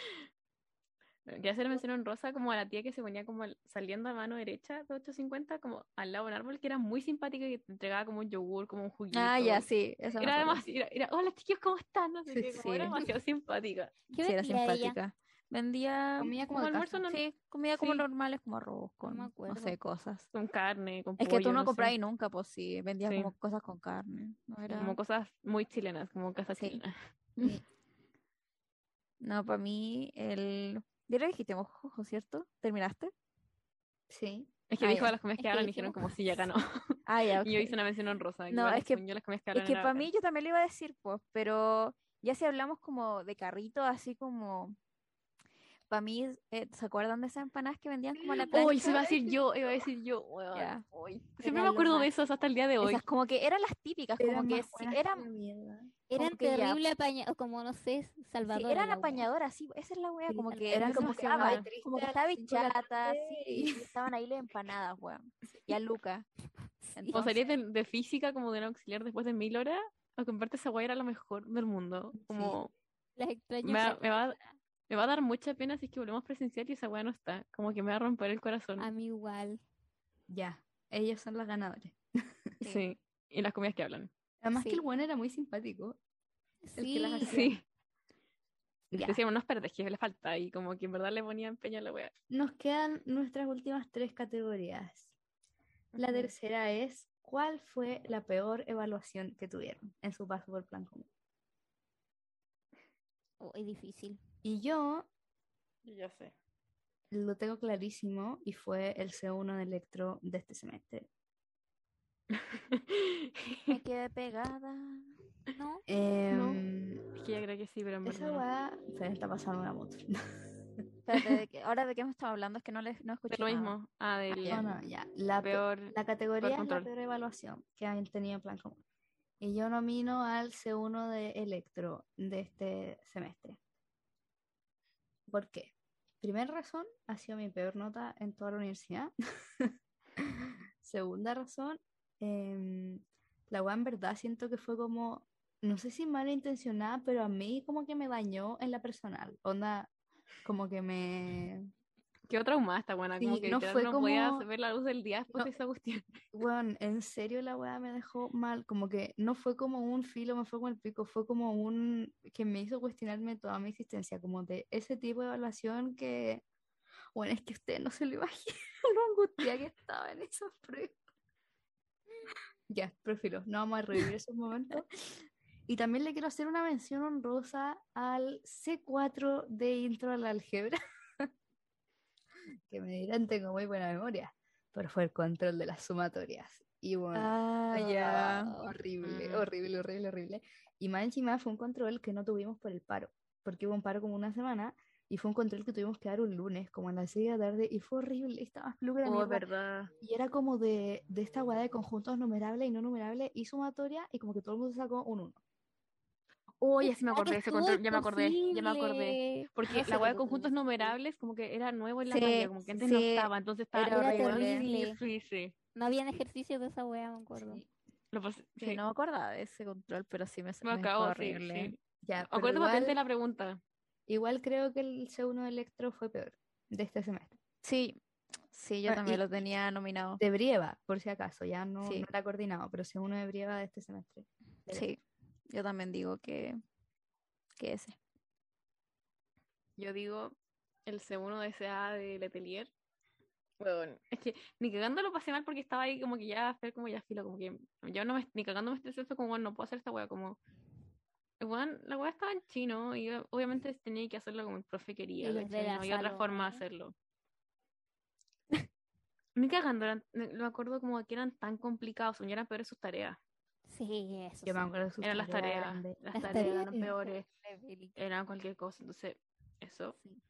Quería hacer mención honrosa como a la tía que se ponía como saliendo a mano derecha de 850 como al lado de un árbol, que era muy simpática y que te entregaba como un yogur, como un Ah, ya, juguito. sí, eso me Era acuerdo. demasiado, hola chicos, ¿cómo están? No sé Sí, qué, como era Sí, demasiado simpática. ¿Qué sí, era vendía ella? simpática. Vendía, comía como Como de almuerzo, casa. no, sí, comida como sí, normales, como arroz, No me con, no acuerdo. sé, cosas. con carne, con Es que tú pollo, no no sé. comprabas nunca, pues sí, vendía Sí, como cosas con carne. No como era. cosas muy chilenas, como casa Sí. chilena. Sí, No, para mí, el. Ya lo dijiste, mojojo, ¿cierto? ¿Terminaste? sí. Es que Ah, dijo ya. las comidas Es que que hablan y dijeron dijimos, como si ya ganó. Ah, ya, Y yo hice ok. una mención honrosa, que No, igual según yo las comidas que es hablan que era para bacán. mí yo también le iba a decir, pues, pero ya si hablamos como de carrito, así como para mí, ¿se acuerdan de esas empanadas que vendían como a la plancha? Uy, eso iba a decir yo, weón. Ya. Uy, Era siempre me lo acuerdo de máximo. eso hasta el día de hoy. Esas como que eran las típicas, como Eran que más sí, buenas eran, que la mierda. Eran como que ya, terrible apañados, como no sé, sí, Salvador. eran apañadoras, sí, esa es la wea, Sí, como que eran Eso como es que demasiado ay, buena. triste como que a las estaba 5 de la chata, tarde sí, y y estaban ahí las empanadas, weón. Y a Luca. O Entonces, salías de física como de un auxiliar después de 1000 horas, o comprarte esa weá era lo mejor del mundo. Como Las extraño. me va a dar mucha pena si es que volvemos presencial y esa weá no está. Como que me va a romper el corazón. A mí igual. ya, ellos son los ganadores. Sí. Y las comidas que hablan. Además que el Sí. bueno era muy simpático. El que las Sí. hacía. Sí. Ya. Decíamos, no, espérate, es que le falta. Y como que en verdad le ponía empeño a la weá. Nos quedan nuestras últimas 3 categorías. La Ujú. tercera es, ¿cuál fue la peor evaluación que tuvieron en su paso por Plan Común? Es difícil. Y yo Ya sé. lo tengo clarísimo y fue el C1 de electro de este semestre. me quedé pegada. ¿No? Es que ya creo que sí, pero en Esa verdad no. weá se le está pasando una moto. Espérate, ahora de qué me estaba hablando, es que no De escuché lo nada. mismo. Ah, del ya. No, ya. La peor categoría es la control. peor evaluación que han tenido en Plan Común. Y yo nomino al C1 de electro de este semestre. ¿Por qué? Primera razón, ha sido mi peor nota en toda la universidad. Segunda razón, la weá en verdad siento que fue como, no sé si malintencionada, pero a mí como que me dañó en la personal. Onda, como que me... Qué traumada esta buena. Como Sí, que no literal fue no podía como... ver la luz del día después No, de esa cuestión. bueno, en serio la weá me dejó mal, como que no fue como un filo, me fue como el pico, fue como un que me hizo cuestionarme toda mi existencia, como de ese tipo de evaluación que, bueno, es que usted no se lo imagina lo angustia que estaba en esas pruebas. Ya, prefiero, no vamos a revivir esos momentos. Y también le quiero hacer una mención honrosa al C4 de intro a la álgebra, que me dirán tengo muy buena memoria, pero fue el control de las sumatorias. Y bueno, Ah, ya. horrible, Mm. horrible, horrible, horrible. Y más encima fue un control que no tuvimos por el paro, porque hubo un paro como una semana y fue un control que tuvimos que dar un lunes, como a las 6 de la tarde, y fue horrible, estaba más peluca la Oh, mierda. verdad. Y era como de esta guada de conjuntos numerables y no numerables y sumatoria, y como que todo el mundo sacó un 1. Oh, ya sí me Ah, que acordé de ese estuvo control. Ya me acordé. imposible. Porque No sé la por weá de qué conjuntos tuvimos. numerables como que era nuevo en la Sí, malla, como que antes no sí, estaba, entonces estaba era Era horrible. terrible. Sí. No habían ejercicios de esa wea, me acuerdo. Sí. Lo pasé, Sí, sí. no me acordaba de ese control, pero sí Me fue acabo, sí, horrible. sí. Ya, pero Acuérdate patente igual, la pregunta. igual creo que el C1 de Electro fue peor de este semestre. Sí, sí, yo Ah, también y lo tenía nominado. de Brieva, por si acaso, ya no Sí, era coordinado, pero C1 de Brieva de este semestre. de sí, yo también digo que ese. Yo digo el C1 de SA de Letelier. Bueno, es que ni cagando lo pasé mal porque estaba ahí como que ya, fue como ya filo, como que yo no me, ni cagando me estresé, fue como, bueno, no puedo hacer esta wea, como, bueno, la wea estaba en chino y obviamente tenía que hacerlo como el profe quería, Y los de ¿cachai? la No había otra Salomé. forma de hacerlo. Ni cagando, me acuerdo como que eran tan complicados, o eran peores sus tareas. Sí, eso Yo me sí. acuerdo de sus Eran las tareas, tareas, eran de- las Las tareas tareas eran peores, eran eran cualquier cosa, entonces, eso. Sí.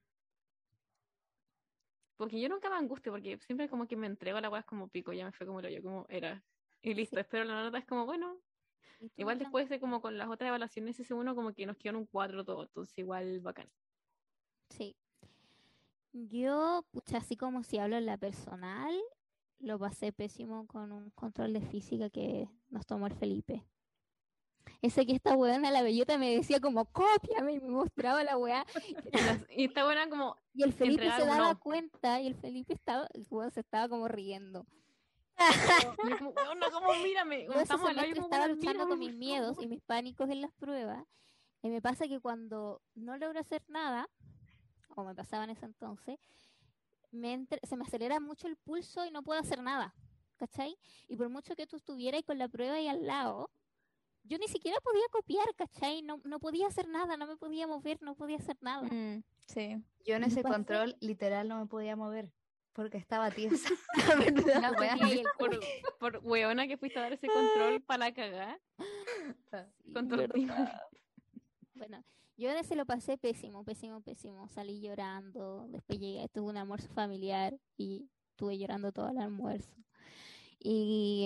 Porque yo nunca me angustio, porque siempre como que me entrego a la weá, es como pico, ya me fue como lo yo, como era. Y listo, Sí. espero la nota, es como, bueno, ¿Y tú, igual Blanca? después de como con las otras evaluaciones ese uno como que nos quedó un 4 todo, entonces igual bacán. Sí. Yo, pucha, así como si hablo en la personal, lo pasé pésimo con un control de física que nos tomó el Felipe. Ese que esta weona, la bellota, me decía como, cópiame, y me mostraba la weá. Y está buena como Y el Felipe entregar se daba uno. cuenta, y el Felipe estaba, el weón se estaba como riendo. Y yo como, weona, como mírame, Yo como ese estamos al lado, yo semestre como, estaba weona, luchando con mírame, mis por miedos favor. y mis pánicos en las pruebas. Y me pasa que cuando no logro hacer nada, o me pasaba en ese entonces, se me acelera mucho el pulso y no puedo hacer nada, ¿cachai? Y por mucho que tú estuvieras con la prueba ahí al lado, yo ni siquiera podía copiar, ¿cachai? No, no podía hacer nada, no me podía mover, no podía hacer nada. Sí. Yo en Y me ese pasé- control literal no me podía mover porque estaba tiesa. no weá. tenía ahí el Por weona que fuiste a dar ese control para la cagada. Sí, Control primario. bueno, Yo en ese lo pasé pésimo, pésimo, pésimo. Salí llorando, después llegué, tuve un almuerzo familiar y estuve llorando todo el almuerzo. Y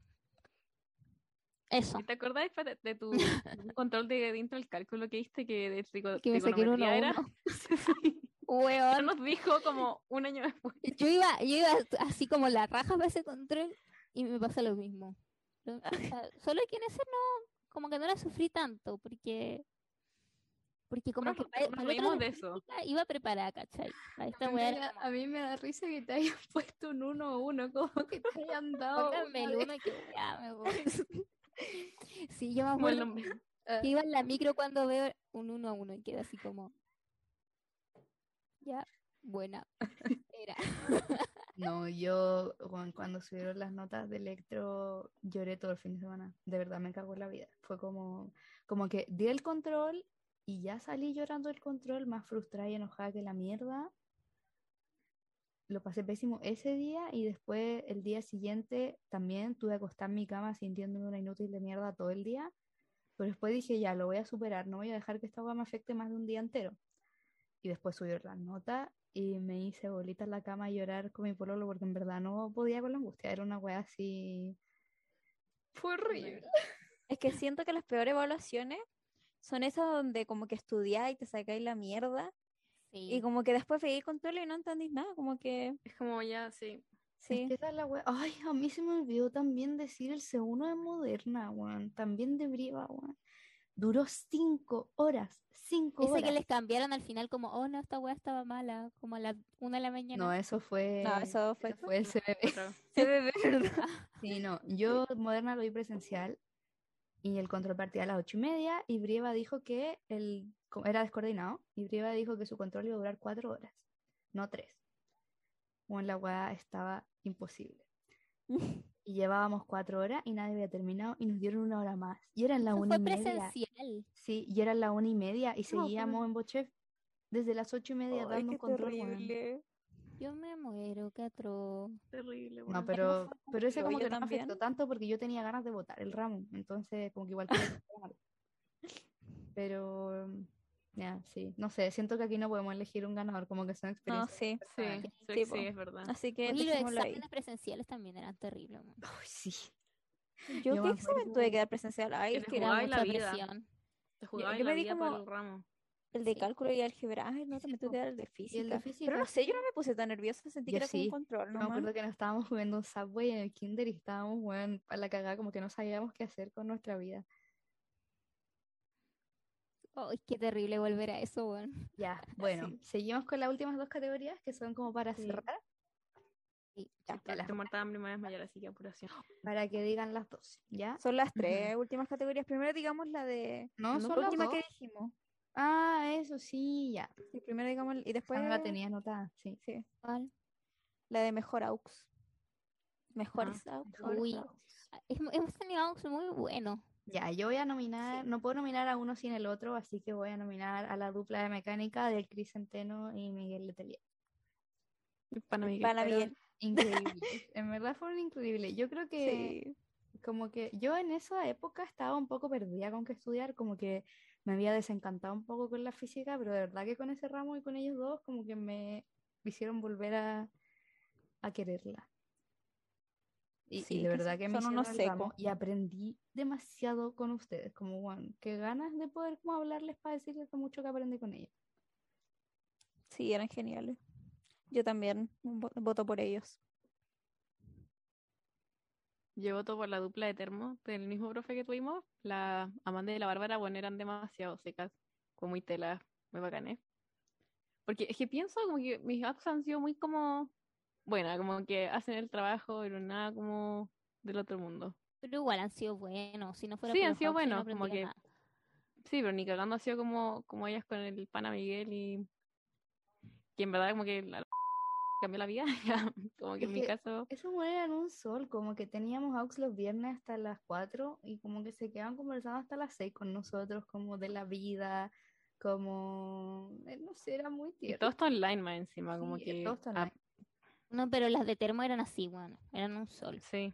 eso, ¿Y te acordás de tu control de dentro del cálculo que diste que de que me saqué un trigonometría 1 era? 1. Sí. Eso Weón, nos dijo como un año después. yo iba así como la raja para ese control y me pasa lo mismo. O sea, solo que en ese no, como que no la sufrí tanto, porque como que para Nos el otro reímos de de eso. física iba preparada, ¿cachai? Para esta A mí, weá me era da, como, a mí me da risa que te hayan puesto un 1-1, como que te hayan dado pónganme el una 1 y que weá, me voy. Sí, yo me Como el acuerdo nombre. que iba en la micro cuando veo un 1 a 1 y queda así como, ya, buena, era. No, yo cuando subieron las notas de electro lloré todo el fin de semana. De verdad me cagó la vida. Fue como que di el control y ya salí llorando del control, más frustrada y enojada que la mierda. Lo pasé pésimo ese día y después el día siguiente también tuve que acostar en mi cama sintiéndome una inútil de mierda todo el día. Pero después dije, ya, lo voy a superar, no voy a dejar que esta agua me afecte más de un día entero. Y después subieron las notas y me hice bolita en la cama a llorar con mi pololo porque en verdad no podía con la angustia. Era una wea así. Fue horrible. Es que siento que las peores evaluaciones son esas donde como que estudiáis y te sacáis la mierda y Sí, como que después veis control y no entendís nada, como que Es como ya, sí. Es sí. que esa es la wea. Ay, a mí se me olvidó también decir el C1 de Moderna, weón. También de Briva, weón. Duró 5 horas. 5 horas. ese que les cambiaron al final como, oh no, esta weá estaba mala, como a las 1 de la No, mañana. eso No, fue. eso fue Eso fue el CBB. Otro. se ve verdad. Sí, no. Yo Moderna lo vi presencial y el control partía a las 8:30 y Brieva dijo que era descoordinado y Brieva dijo que su control iba a durar 4 horas, no 3. Bueno, la weá estaba imposible. Y llevábamos 4 horas y nadie había terminado y nos dieron 1 hora más. Y eran la Eso 1:30. fue presencial. Sí, y eran la 1:30 y No, pues. seguíamos en Bochef desde las 8:30 Ay, dando qué un control, weón. terrible. Yo me muero, qué atroz. Terrible, No, weón. pero ese como Yo que no me también. afectó tanto porque yo tenía ganas de votar el ramo. Entonces, como que igual quería que fuera malo. Pero, ya, sí. No sé, siento que aquí no podemos elegir un ganador, como que son No, experiencias sí. personales. Sí, Sí, sí, po. es verdad. Así que Oye, los dejémoslo ahí. exámenes presenciales también eran terribles, man. Ay, sí. ¿Yo Yo qué me examen tuve que acuerdo. dar presencial? Ay, Que es te que Era jugabas la mucha vida. presión. Te yo, jugabas yo la me di vida por como el ramo. el de Sí. cálculo y álgebra. Ay, no, también tuve que dar el de Y el de física. Pero física, no sé, yo sí. no me puse tan nerviosa, sentí que Yo era como un sí. control Yo me nomás. acuerdo que nos estábamos jugando un Subway en el kinder y estábamos, weón, a la cagada, como que no sabíamos qué hacer con nuestra vida. Ay, qué terrible volver a eso, weón. Ya, bueno, Sí, seguimos con las últimas dos categorías que son como para Sí. cerrar, Sí. Sí, ya, estoy muerta de hambre y me voy a desmayar, así que apuración. para que digan las dos, ¿ya? son las Ujú. tres últimas categorías. Primero digamos la de No, la son las última dos. que dijimos. Ah, eso sí, ya. Sí, primero digamos y Esa después no la tenía anotada, sí. sí, ¿Cuál? la de mejor AUX. Ah, Mejores AUX. Mejor Uy, House. hemos tenido AUX muy buenos. Ya, yo voy a nominar, Sí. no puedo nominar a uno sin el otro, así que voy a nominar a la dupla de mecánica del Cris Centeno y Miguel Letelier. el pana Miguel. Pana Fueron Miguel. increíbles, en verdad fueron increíbles. Yo creo que Sí. como que yo en esa época estaba un poco perdida con qué estudiar, como que me había desencantado un poco con la física, pero de verdad que con ese ramo y con ellos dos como que me hicieron volver a quererla. Y Sí, de que verdad que me son hicieron unos el ramo secos. y aprendí demasiado con ustedes, como, bueno, qué ganas de poder como hablarles para decirles lo mucho que aprendí con ellos. Sí, eran geniales. Yo también voto por ellos. Yo voto por la dupla de termo del mismo profe que tuvimos. La Amanda y la Bárbara, bueno, eran demasiado secas, como muy telas, muy bacanes. Porque es que pienso como que mis apps han sido muy como, bueno, como que hacen el trabajo, pero nada como del otro mundo. Pero igual han sido buenos. Si no fuera Sí, por han los sido AUX, yo no buenos, como aprendiera que, nada. sí, pero ni cagando ha sido como ellas con el pana Miguel y que en verdad como que cambió la vida, ya, como que Es en mi que caso, eso no era en un sol, como que teníamos aux los viernes hasta las 4 y como que se quedaban conversando hasta las 6 con nosotros, como de la vida, como, no sé, era muy y tierno. todo esto online más encima, como Sí, todo que, está online. No, pero las de termo eran así, bueno. Eran un sol. sí.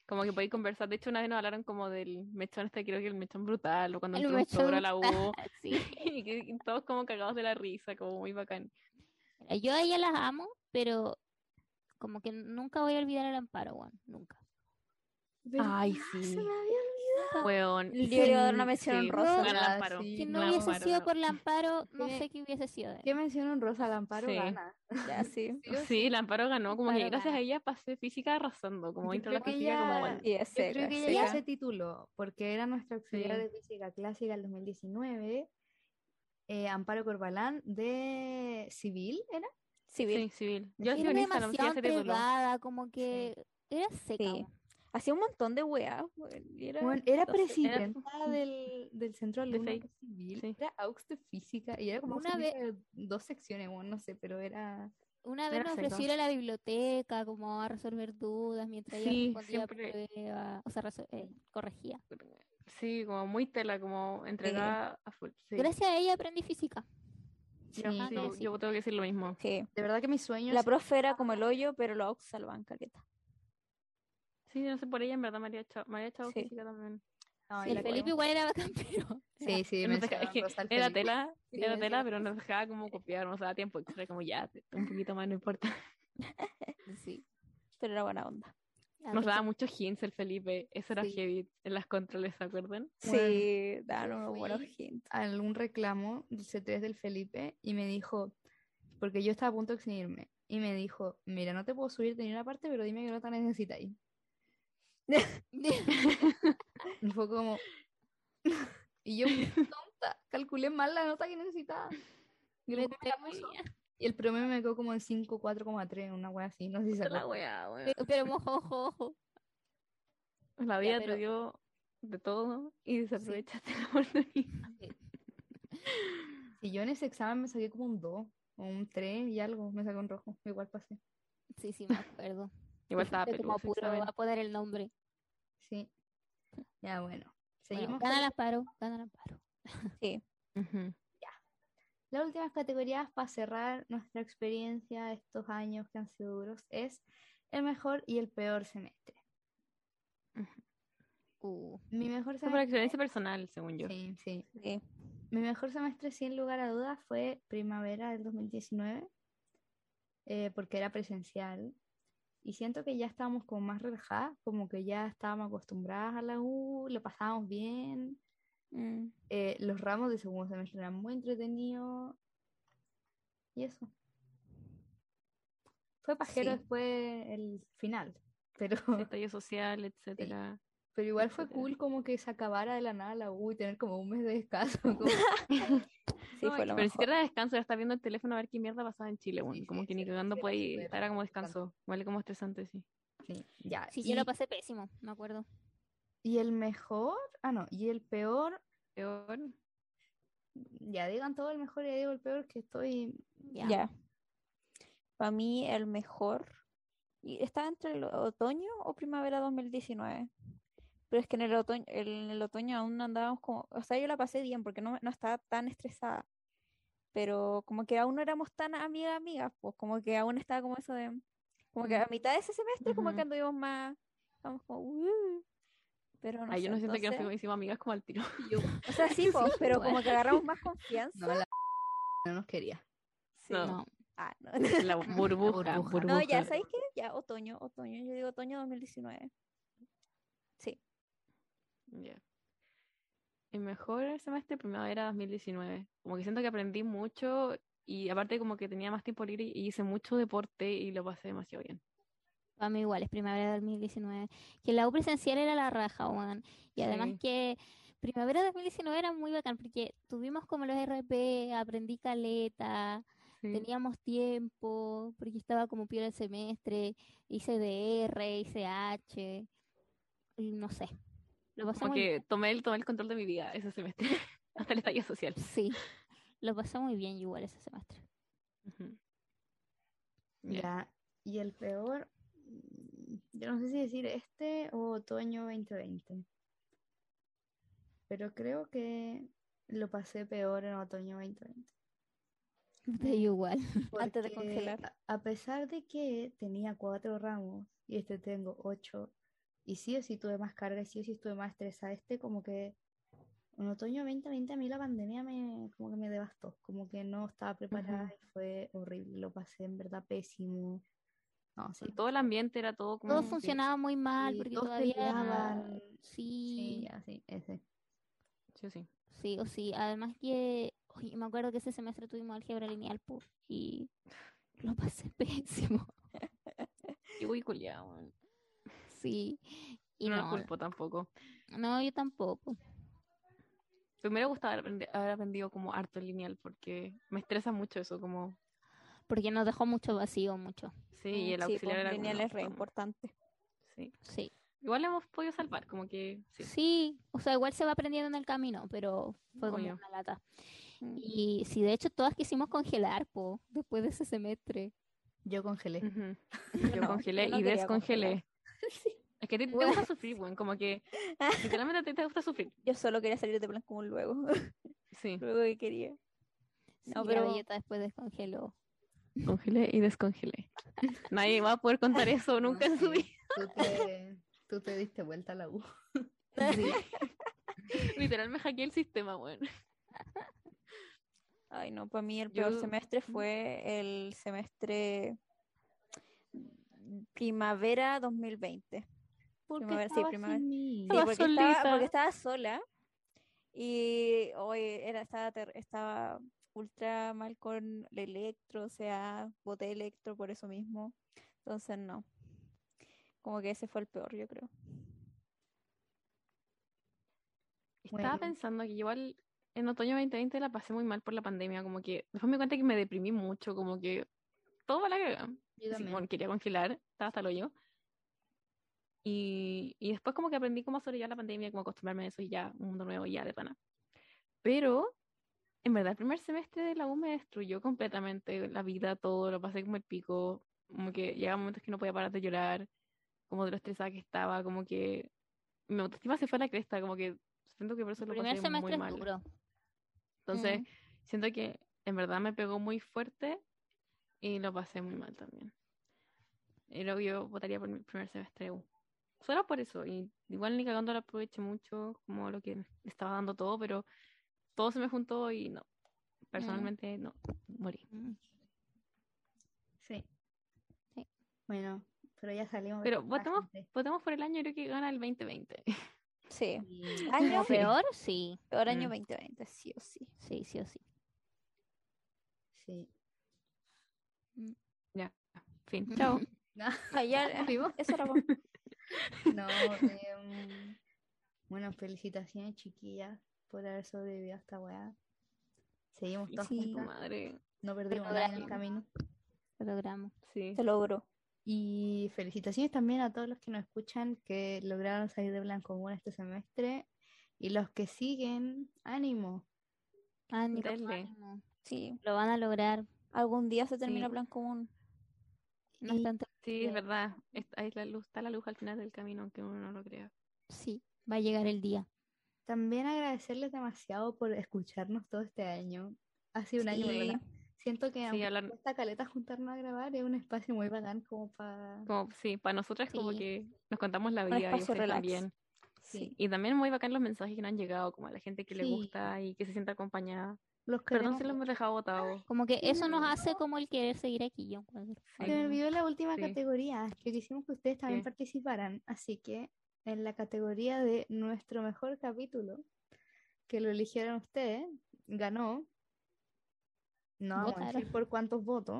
Como que podéis conversar. De hecho, una vez nos hablaron como del mechón creo que el mechón brutal, o cuando El entró un mechón cabro a la U, Sí. y todos como cagados de la risa, como muy bacán. Yo a ellas las amo, pero como que nunca voy a olvidar al Amparo, weón. Nunca. Ay, ¿Verdad? sí. Se me había Nunca. Weón, Yo le iba a dar una mención sí, honrosa. gana el Ya, Amparo. sí, Si el no hubiese Amparo sido ganó. por el Amparo, no ¿Qué- sé qué hubiese sido de ¿Qué mí. mención honrosa? Al Amparo Sí. gana. Ya, sí. Sí o Sí, el Amparo ganó, como que Amparo gracias a gana. ella pasé física arrasando, como Yo entró creo la que física como ella, el... Y es yo creo seca, que es ella ya seca. se tituló, porque era nuestra auxiliar Sí. de física clásica el 2019, Amparo Corbalán, de Civil, ¿era? Civil. Sí, civil. De Yo la civil. sigo Era en Instagram, sí, demasiado ya se tituló. entregada, como Sí. que era seca. Sí. weón. Hacía un montón de weas. Y era, Bueno, era no sé, Era presidenta del centro de alumno fake, de Civil, sí. era AUX de física, y era como AUX de Una vez, física de 2 secciones, bueno, no sé, pero era... una vez Era nos seca. ofreció ir a la biblioteca como a resolver dudas mientras ella Sí, respondía siempre. pruebas, o sea, corregía. Sí, como muy tela, como entregada a full. Sí. Gracias a ella aprendí física. Sí, Nada que no, decir. Yo tengo que decir lo mismo. sí. de verdad que mis sueños... La profe era como el hoyo, pero los aux salvan caleta. Sí, no sé, por ella en verdad me había echado Sí. física también. Ay, El la Felipe queremos. igual era bacán, pero Sí, sí, Nos deja- mención es que honrosa al era Felipe. tela, Sí, era tela, mención pero nos honrosa. dejaba como copiar, nos daba tiempo extra, como ya, un poquito más, no importa. sí. Pero era buena onda. Nos daba muchos hints el Felipe, eso era Sí. heavy en las controles, ¿se acuerdan? Bueno, Sí, dan yo unos fui buenos hints. a algún reclamo del C3 del Felipe y me dijo, porque yo estaba a punto de eximirme, y me dijo, mira, no te puedo subir de ninguna parte, pero dime qué nota necesitáis. Y fue como... Y yo, tonta, calculé mal la nota que necesitaba. Y el Me weón me la puso. temía. Y el promedio me quedó como en 5,4,3, una wea así, no sé si se Puta la acuerdan. wea, weón. Pero mojojojo. La Ya, vida pero te dio de todo y desaprovechaste la oportunidad. Si yo en ese examen me saqué como un 2 o un 3 y algo, me saqué un rojo, igual pasé. sí, me acuerdo. Igual Que estaba fuiste como peludo ese apuro examen. a poner el nombre. Sí, ya bueno. Bueno, Seguimos gana con el Amparo, gana el Amparo. Sí. Ujú. las últimas categorías para cerrar nuestra experiencia estos años que han sido duros. Es el mejor y el peor semestre. Mi mejor Fue por semestre, experiencia personal, según yo. sí, sí. Sí. Mi mejor semestre, sin lugar a dudas, fue primavera del 2019, porque era presencial. Y siento que ya estábamos como más relajadas, como que ya estábamos acostumbradas a la U, lo pasábamos bien. Mm. Los ramos de segundo semestre eran muy entretenidos. Y eso. Fue pajero Sí. después el final, pero, Estallido social, etcétera. pero igual fue etcétera. cool como que se acabara de la nada la U y tener como un mes de descanso. como- Sí, No, fue es lo Pero ni mejor. siquiera era descanso, era estar viendo el teléfono a ver qué mierda pasaba en Chile, Sí, weón. sí, Como que ni sí, cagando era puede súper era como estresante. descanso. Vale, como estresante, sí. Sí, ya. Sí, yo lo pasé pésimo, me acuerdo. Y el mejor, no, y el peor, Peor. ya digan todo el mejor y ya digo el peor que estoy... Ya. Ya. Para mí el mejor. Y estaba entre el otoño o primavera 2019. Pero es que en el otoño aún no andábamos como. O sea, yo la pasé bien porque no estaba tan estresada. Pero como que aún no éramos tan amigas, pues como que aún estaba como eso de. Como que a mitad de ese semestre, como que Ujú. anduvimos más. Estamos como. Pero no Ay, yo sé, no siento que nos entonces. hicimos amigas como al tiro. O sea, sí, pues, pero como que agarramos más confianza. No, la no nos quería. Sí. No. No. Ah, no. La burbuja, burbuja. No, ya, burbuja. ¿sabéis qué? Ya, otoño. Yo digo otoño 2019. Sí. Ya. El mejor semestre primavera 2019. Como que siento que aprendí mucho y aparte como que tenía más tiempo libre y hice mucho deporte y lo pasé demasiado bien. Para mí igual, es primavera 2019. Que la U presencial era la raja, weón. Y además Sí. que primavera 2019 era muy bacán porque tuvimos como los RP, aprendí caleta, Sí. teníamos tiempo, porque estaba como peor el semestre, hice DR, hice H, y no sé. Lo pasé Como muy que bien. tomé el control de mi vida ese semestre. Hasta el estallido social. Sí, lo pasé muy bien igual ese semestre. Ujú. Ya. Ya. Y el peor, yo no sé si decir este o otoño 2020. Pero creo que lo pasé peor en otoño 2020. Te digo igual. Antes de Porque congelar. a pesar de que tenía 4 ramos y este tengo 8, Y sí o sí tuve más carga, y sí o sí estuve más estresada. Como que en otoño 2020 a mí la pandemia como que me devastó, como que no estaba preparada Ujú. y fue horrible, lo pasé en verdad pésimo. No, sí. Todo el ambiente era todo Todo como que... funcionaba muy mal Y porque todos todavía peleaban. Sí, sí, ya, sí, ese. Sí, sí. sí o sí. Además que, oye, me acuerdo que ese semestre tuvimos álgebra lineal y lo pasé pésimo. Y uy, culiao, weón. Sí, y No lo no, culpo tampoco. no, yo tampoco. Me hubiera gustado haber aprendido como harto lineal porque me estresa mucho eso, como... Porque nos dejó mucho vacío, mucho. Sí, y el Sí, auxiliar pues era como... lineal No, es re importante. sí. Sí. Igual hemos podido salvar, como que sí, Sí, o sea, igual se va aprendiendo en el camino, pero fue como obvio. una lata. Mm. Y sí, de hecho, todas quisimos congelar, después de ese semestre. Yo congelé. Ujú. Yo Yo no, congelé yo no y quería descongelé. Sí. Es que a ti te Bueno, gusta sufrir, weón, como que literalmente a ti te gusta sufrir. Yo solo quería salir de plan común luego. Sí, Luego que quería. No, sí, la pero belleta después descongeló. congelé y descongelé. Nadie va a poder contar eso No, nunca en su sí. vida. Tú te diste vuelta a la U. Sí. Literal me hackeé el sistema, weón. ay no, para mí el peor Yo, semestre fue el semestre primavera 2020. Porque Primavera, sí, estaba primavera. sin mí. Sí, estaba solita. porque estaba sola y hoy estaba ultra mal con el electro, o sea, boté electro por eso mismo. Entonces no, como que ese fue el peor, yo creo. Estaba Bueno, pensando que igual en otoño 2020 la pasé muy mal por la pandemia, como que después me cuenta que me deprimí mucho, como que todo va a la cagada. yo Así, también. bueno, quería congelar, estaba hasta el hoyo. Y después como que aprendí cómo sobrellevar la pandemia, cómo acostumbrarme a eso y ya, un mundo nuevo y ya de pana. Pero, en verdad, el primer semestre de la U me destruyó completamente la vida, todo, lo pasé como el pico, como que llegaban momentos que no podía parar de llorar, como de lo estresada que estaba, como que mi autoestima se fue a la cresta, como que siento que por eso El lo primer pasé muy semestre es mal. duro. Entonces, Mm. siento que en verdad me pegó muy fuerte y lo pasé muy mal también. Y luego yo votaría por mi primer semestre de U. Solo por eso, y igual ni cagando lo aproveché mucho, como lo que me estaba dando todo, pero todo se me juntó y no, Mm. personalmente no, morí. Mm, Sí. sí. Bueno, pero ya salimos de Pero esta gente. votemos por el año, creo que gana el 2020. Sí. Y Año, Como Sí. peor, sí. peor año Mm, 2020, sí o sí. Sí, sí o sí. sí. Mm. ya, fin, chao. Ah, ya, ¿Vivo? eso era. No, bueno, felicitaciones, chiquillas, por haber sobrevivido a esta weá. Seguimos todas Sí, Tu juntas, madre, no perdimos nada en el Logramos, camino. logramos. sí. se logró. Y felicitaciones también a todos los que nos escuchan que lograron salir de Blanco Común este semestre. Y los que siguen, ánimo. Ánimo, Denle. ánimo. Sí, Lo van a lograr. algún día se termina Sí, plan común. No Y están tan sí, es perdidos. verdad. Ahí la luz, está la luz al final del camino, aunque uno no lo crea. Sí, va a llegar el día. también agradecerles demasiado por escucharnos todo este año. Ha sido un año, Sí, ¿verdad? Siento que sí, aunque hablar, cuesta caleta juntarnos a grabar, es un espacio muy bacán como para... como, sí, para nosotras como Sí, que nos contamos la Un vida y espacio ustedes relax. también. Sí, Y también muy bacán los mensajes que nos han llegado, como a la gente que le sí, gusta y que se siente acompañada. los Perdón queremos si lo hemos mucho. dejado botados. como que Se me eso nos olvidó, hace como el querer seguir aquí, yo encuentro. Sí, se me olvidó la última sí, categoría, que quisimos que ustedes también ¿qué? participaran. Así que en la categoría de nuestro mejor capítulo, que lo eligieron ustedes, ganó, no vamos a Votaron. decir por cuántos votos,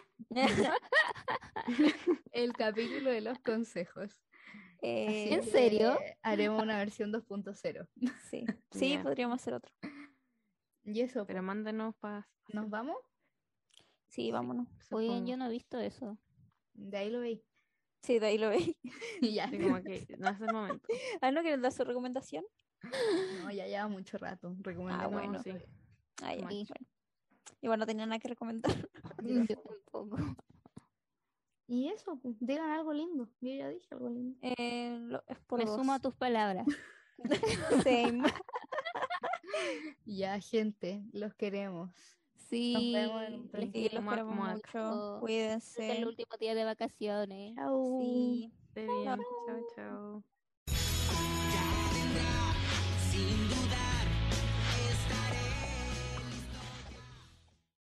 el capítulo de los consejos. Así ¿En Eh, serio? que haremos una versión 2.0. sí, sí, Ya, podríamos hacer otro. Y eso, pero pues, mándenos para ¿nos vamos? Sí, vámonos. Oigan, supongo. yo no he visto eso. De ahí lo veis. Sí, de ahí lo veis. Y ya. Sí, como que no es el momento. Ah, ¿no quieres dar su recomendación? No, ya lleva mucho rato. Ah, Recomendemos. bueno. No, sí. Ah, ya. Too Sí. much. Bueno. Igual no tenía nada que recomendar. Yo Yo tampoco. tampoco. Y eso, pues, digan algo lindo. Yo ya dije algo lindo. Es por Me dos. sumo a tus palabras. Same. Ya, gente, los queremos. Sí, vemos en un les próximo. Sí, los Mua, queremos mua. mucho. Este es el Cuídense. último día de vacaciones. Chau. Sí. Esté bien. Chao, chao. Sin duda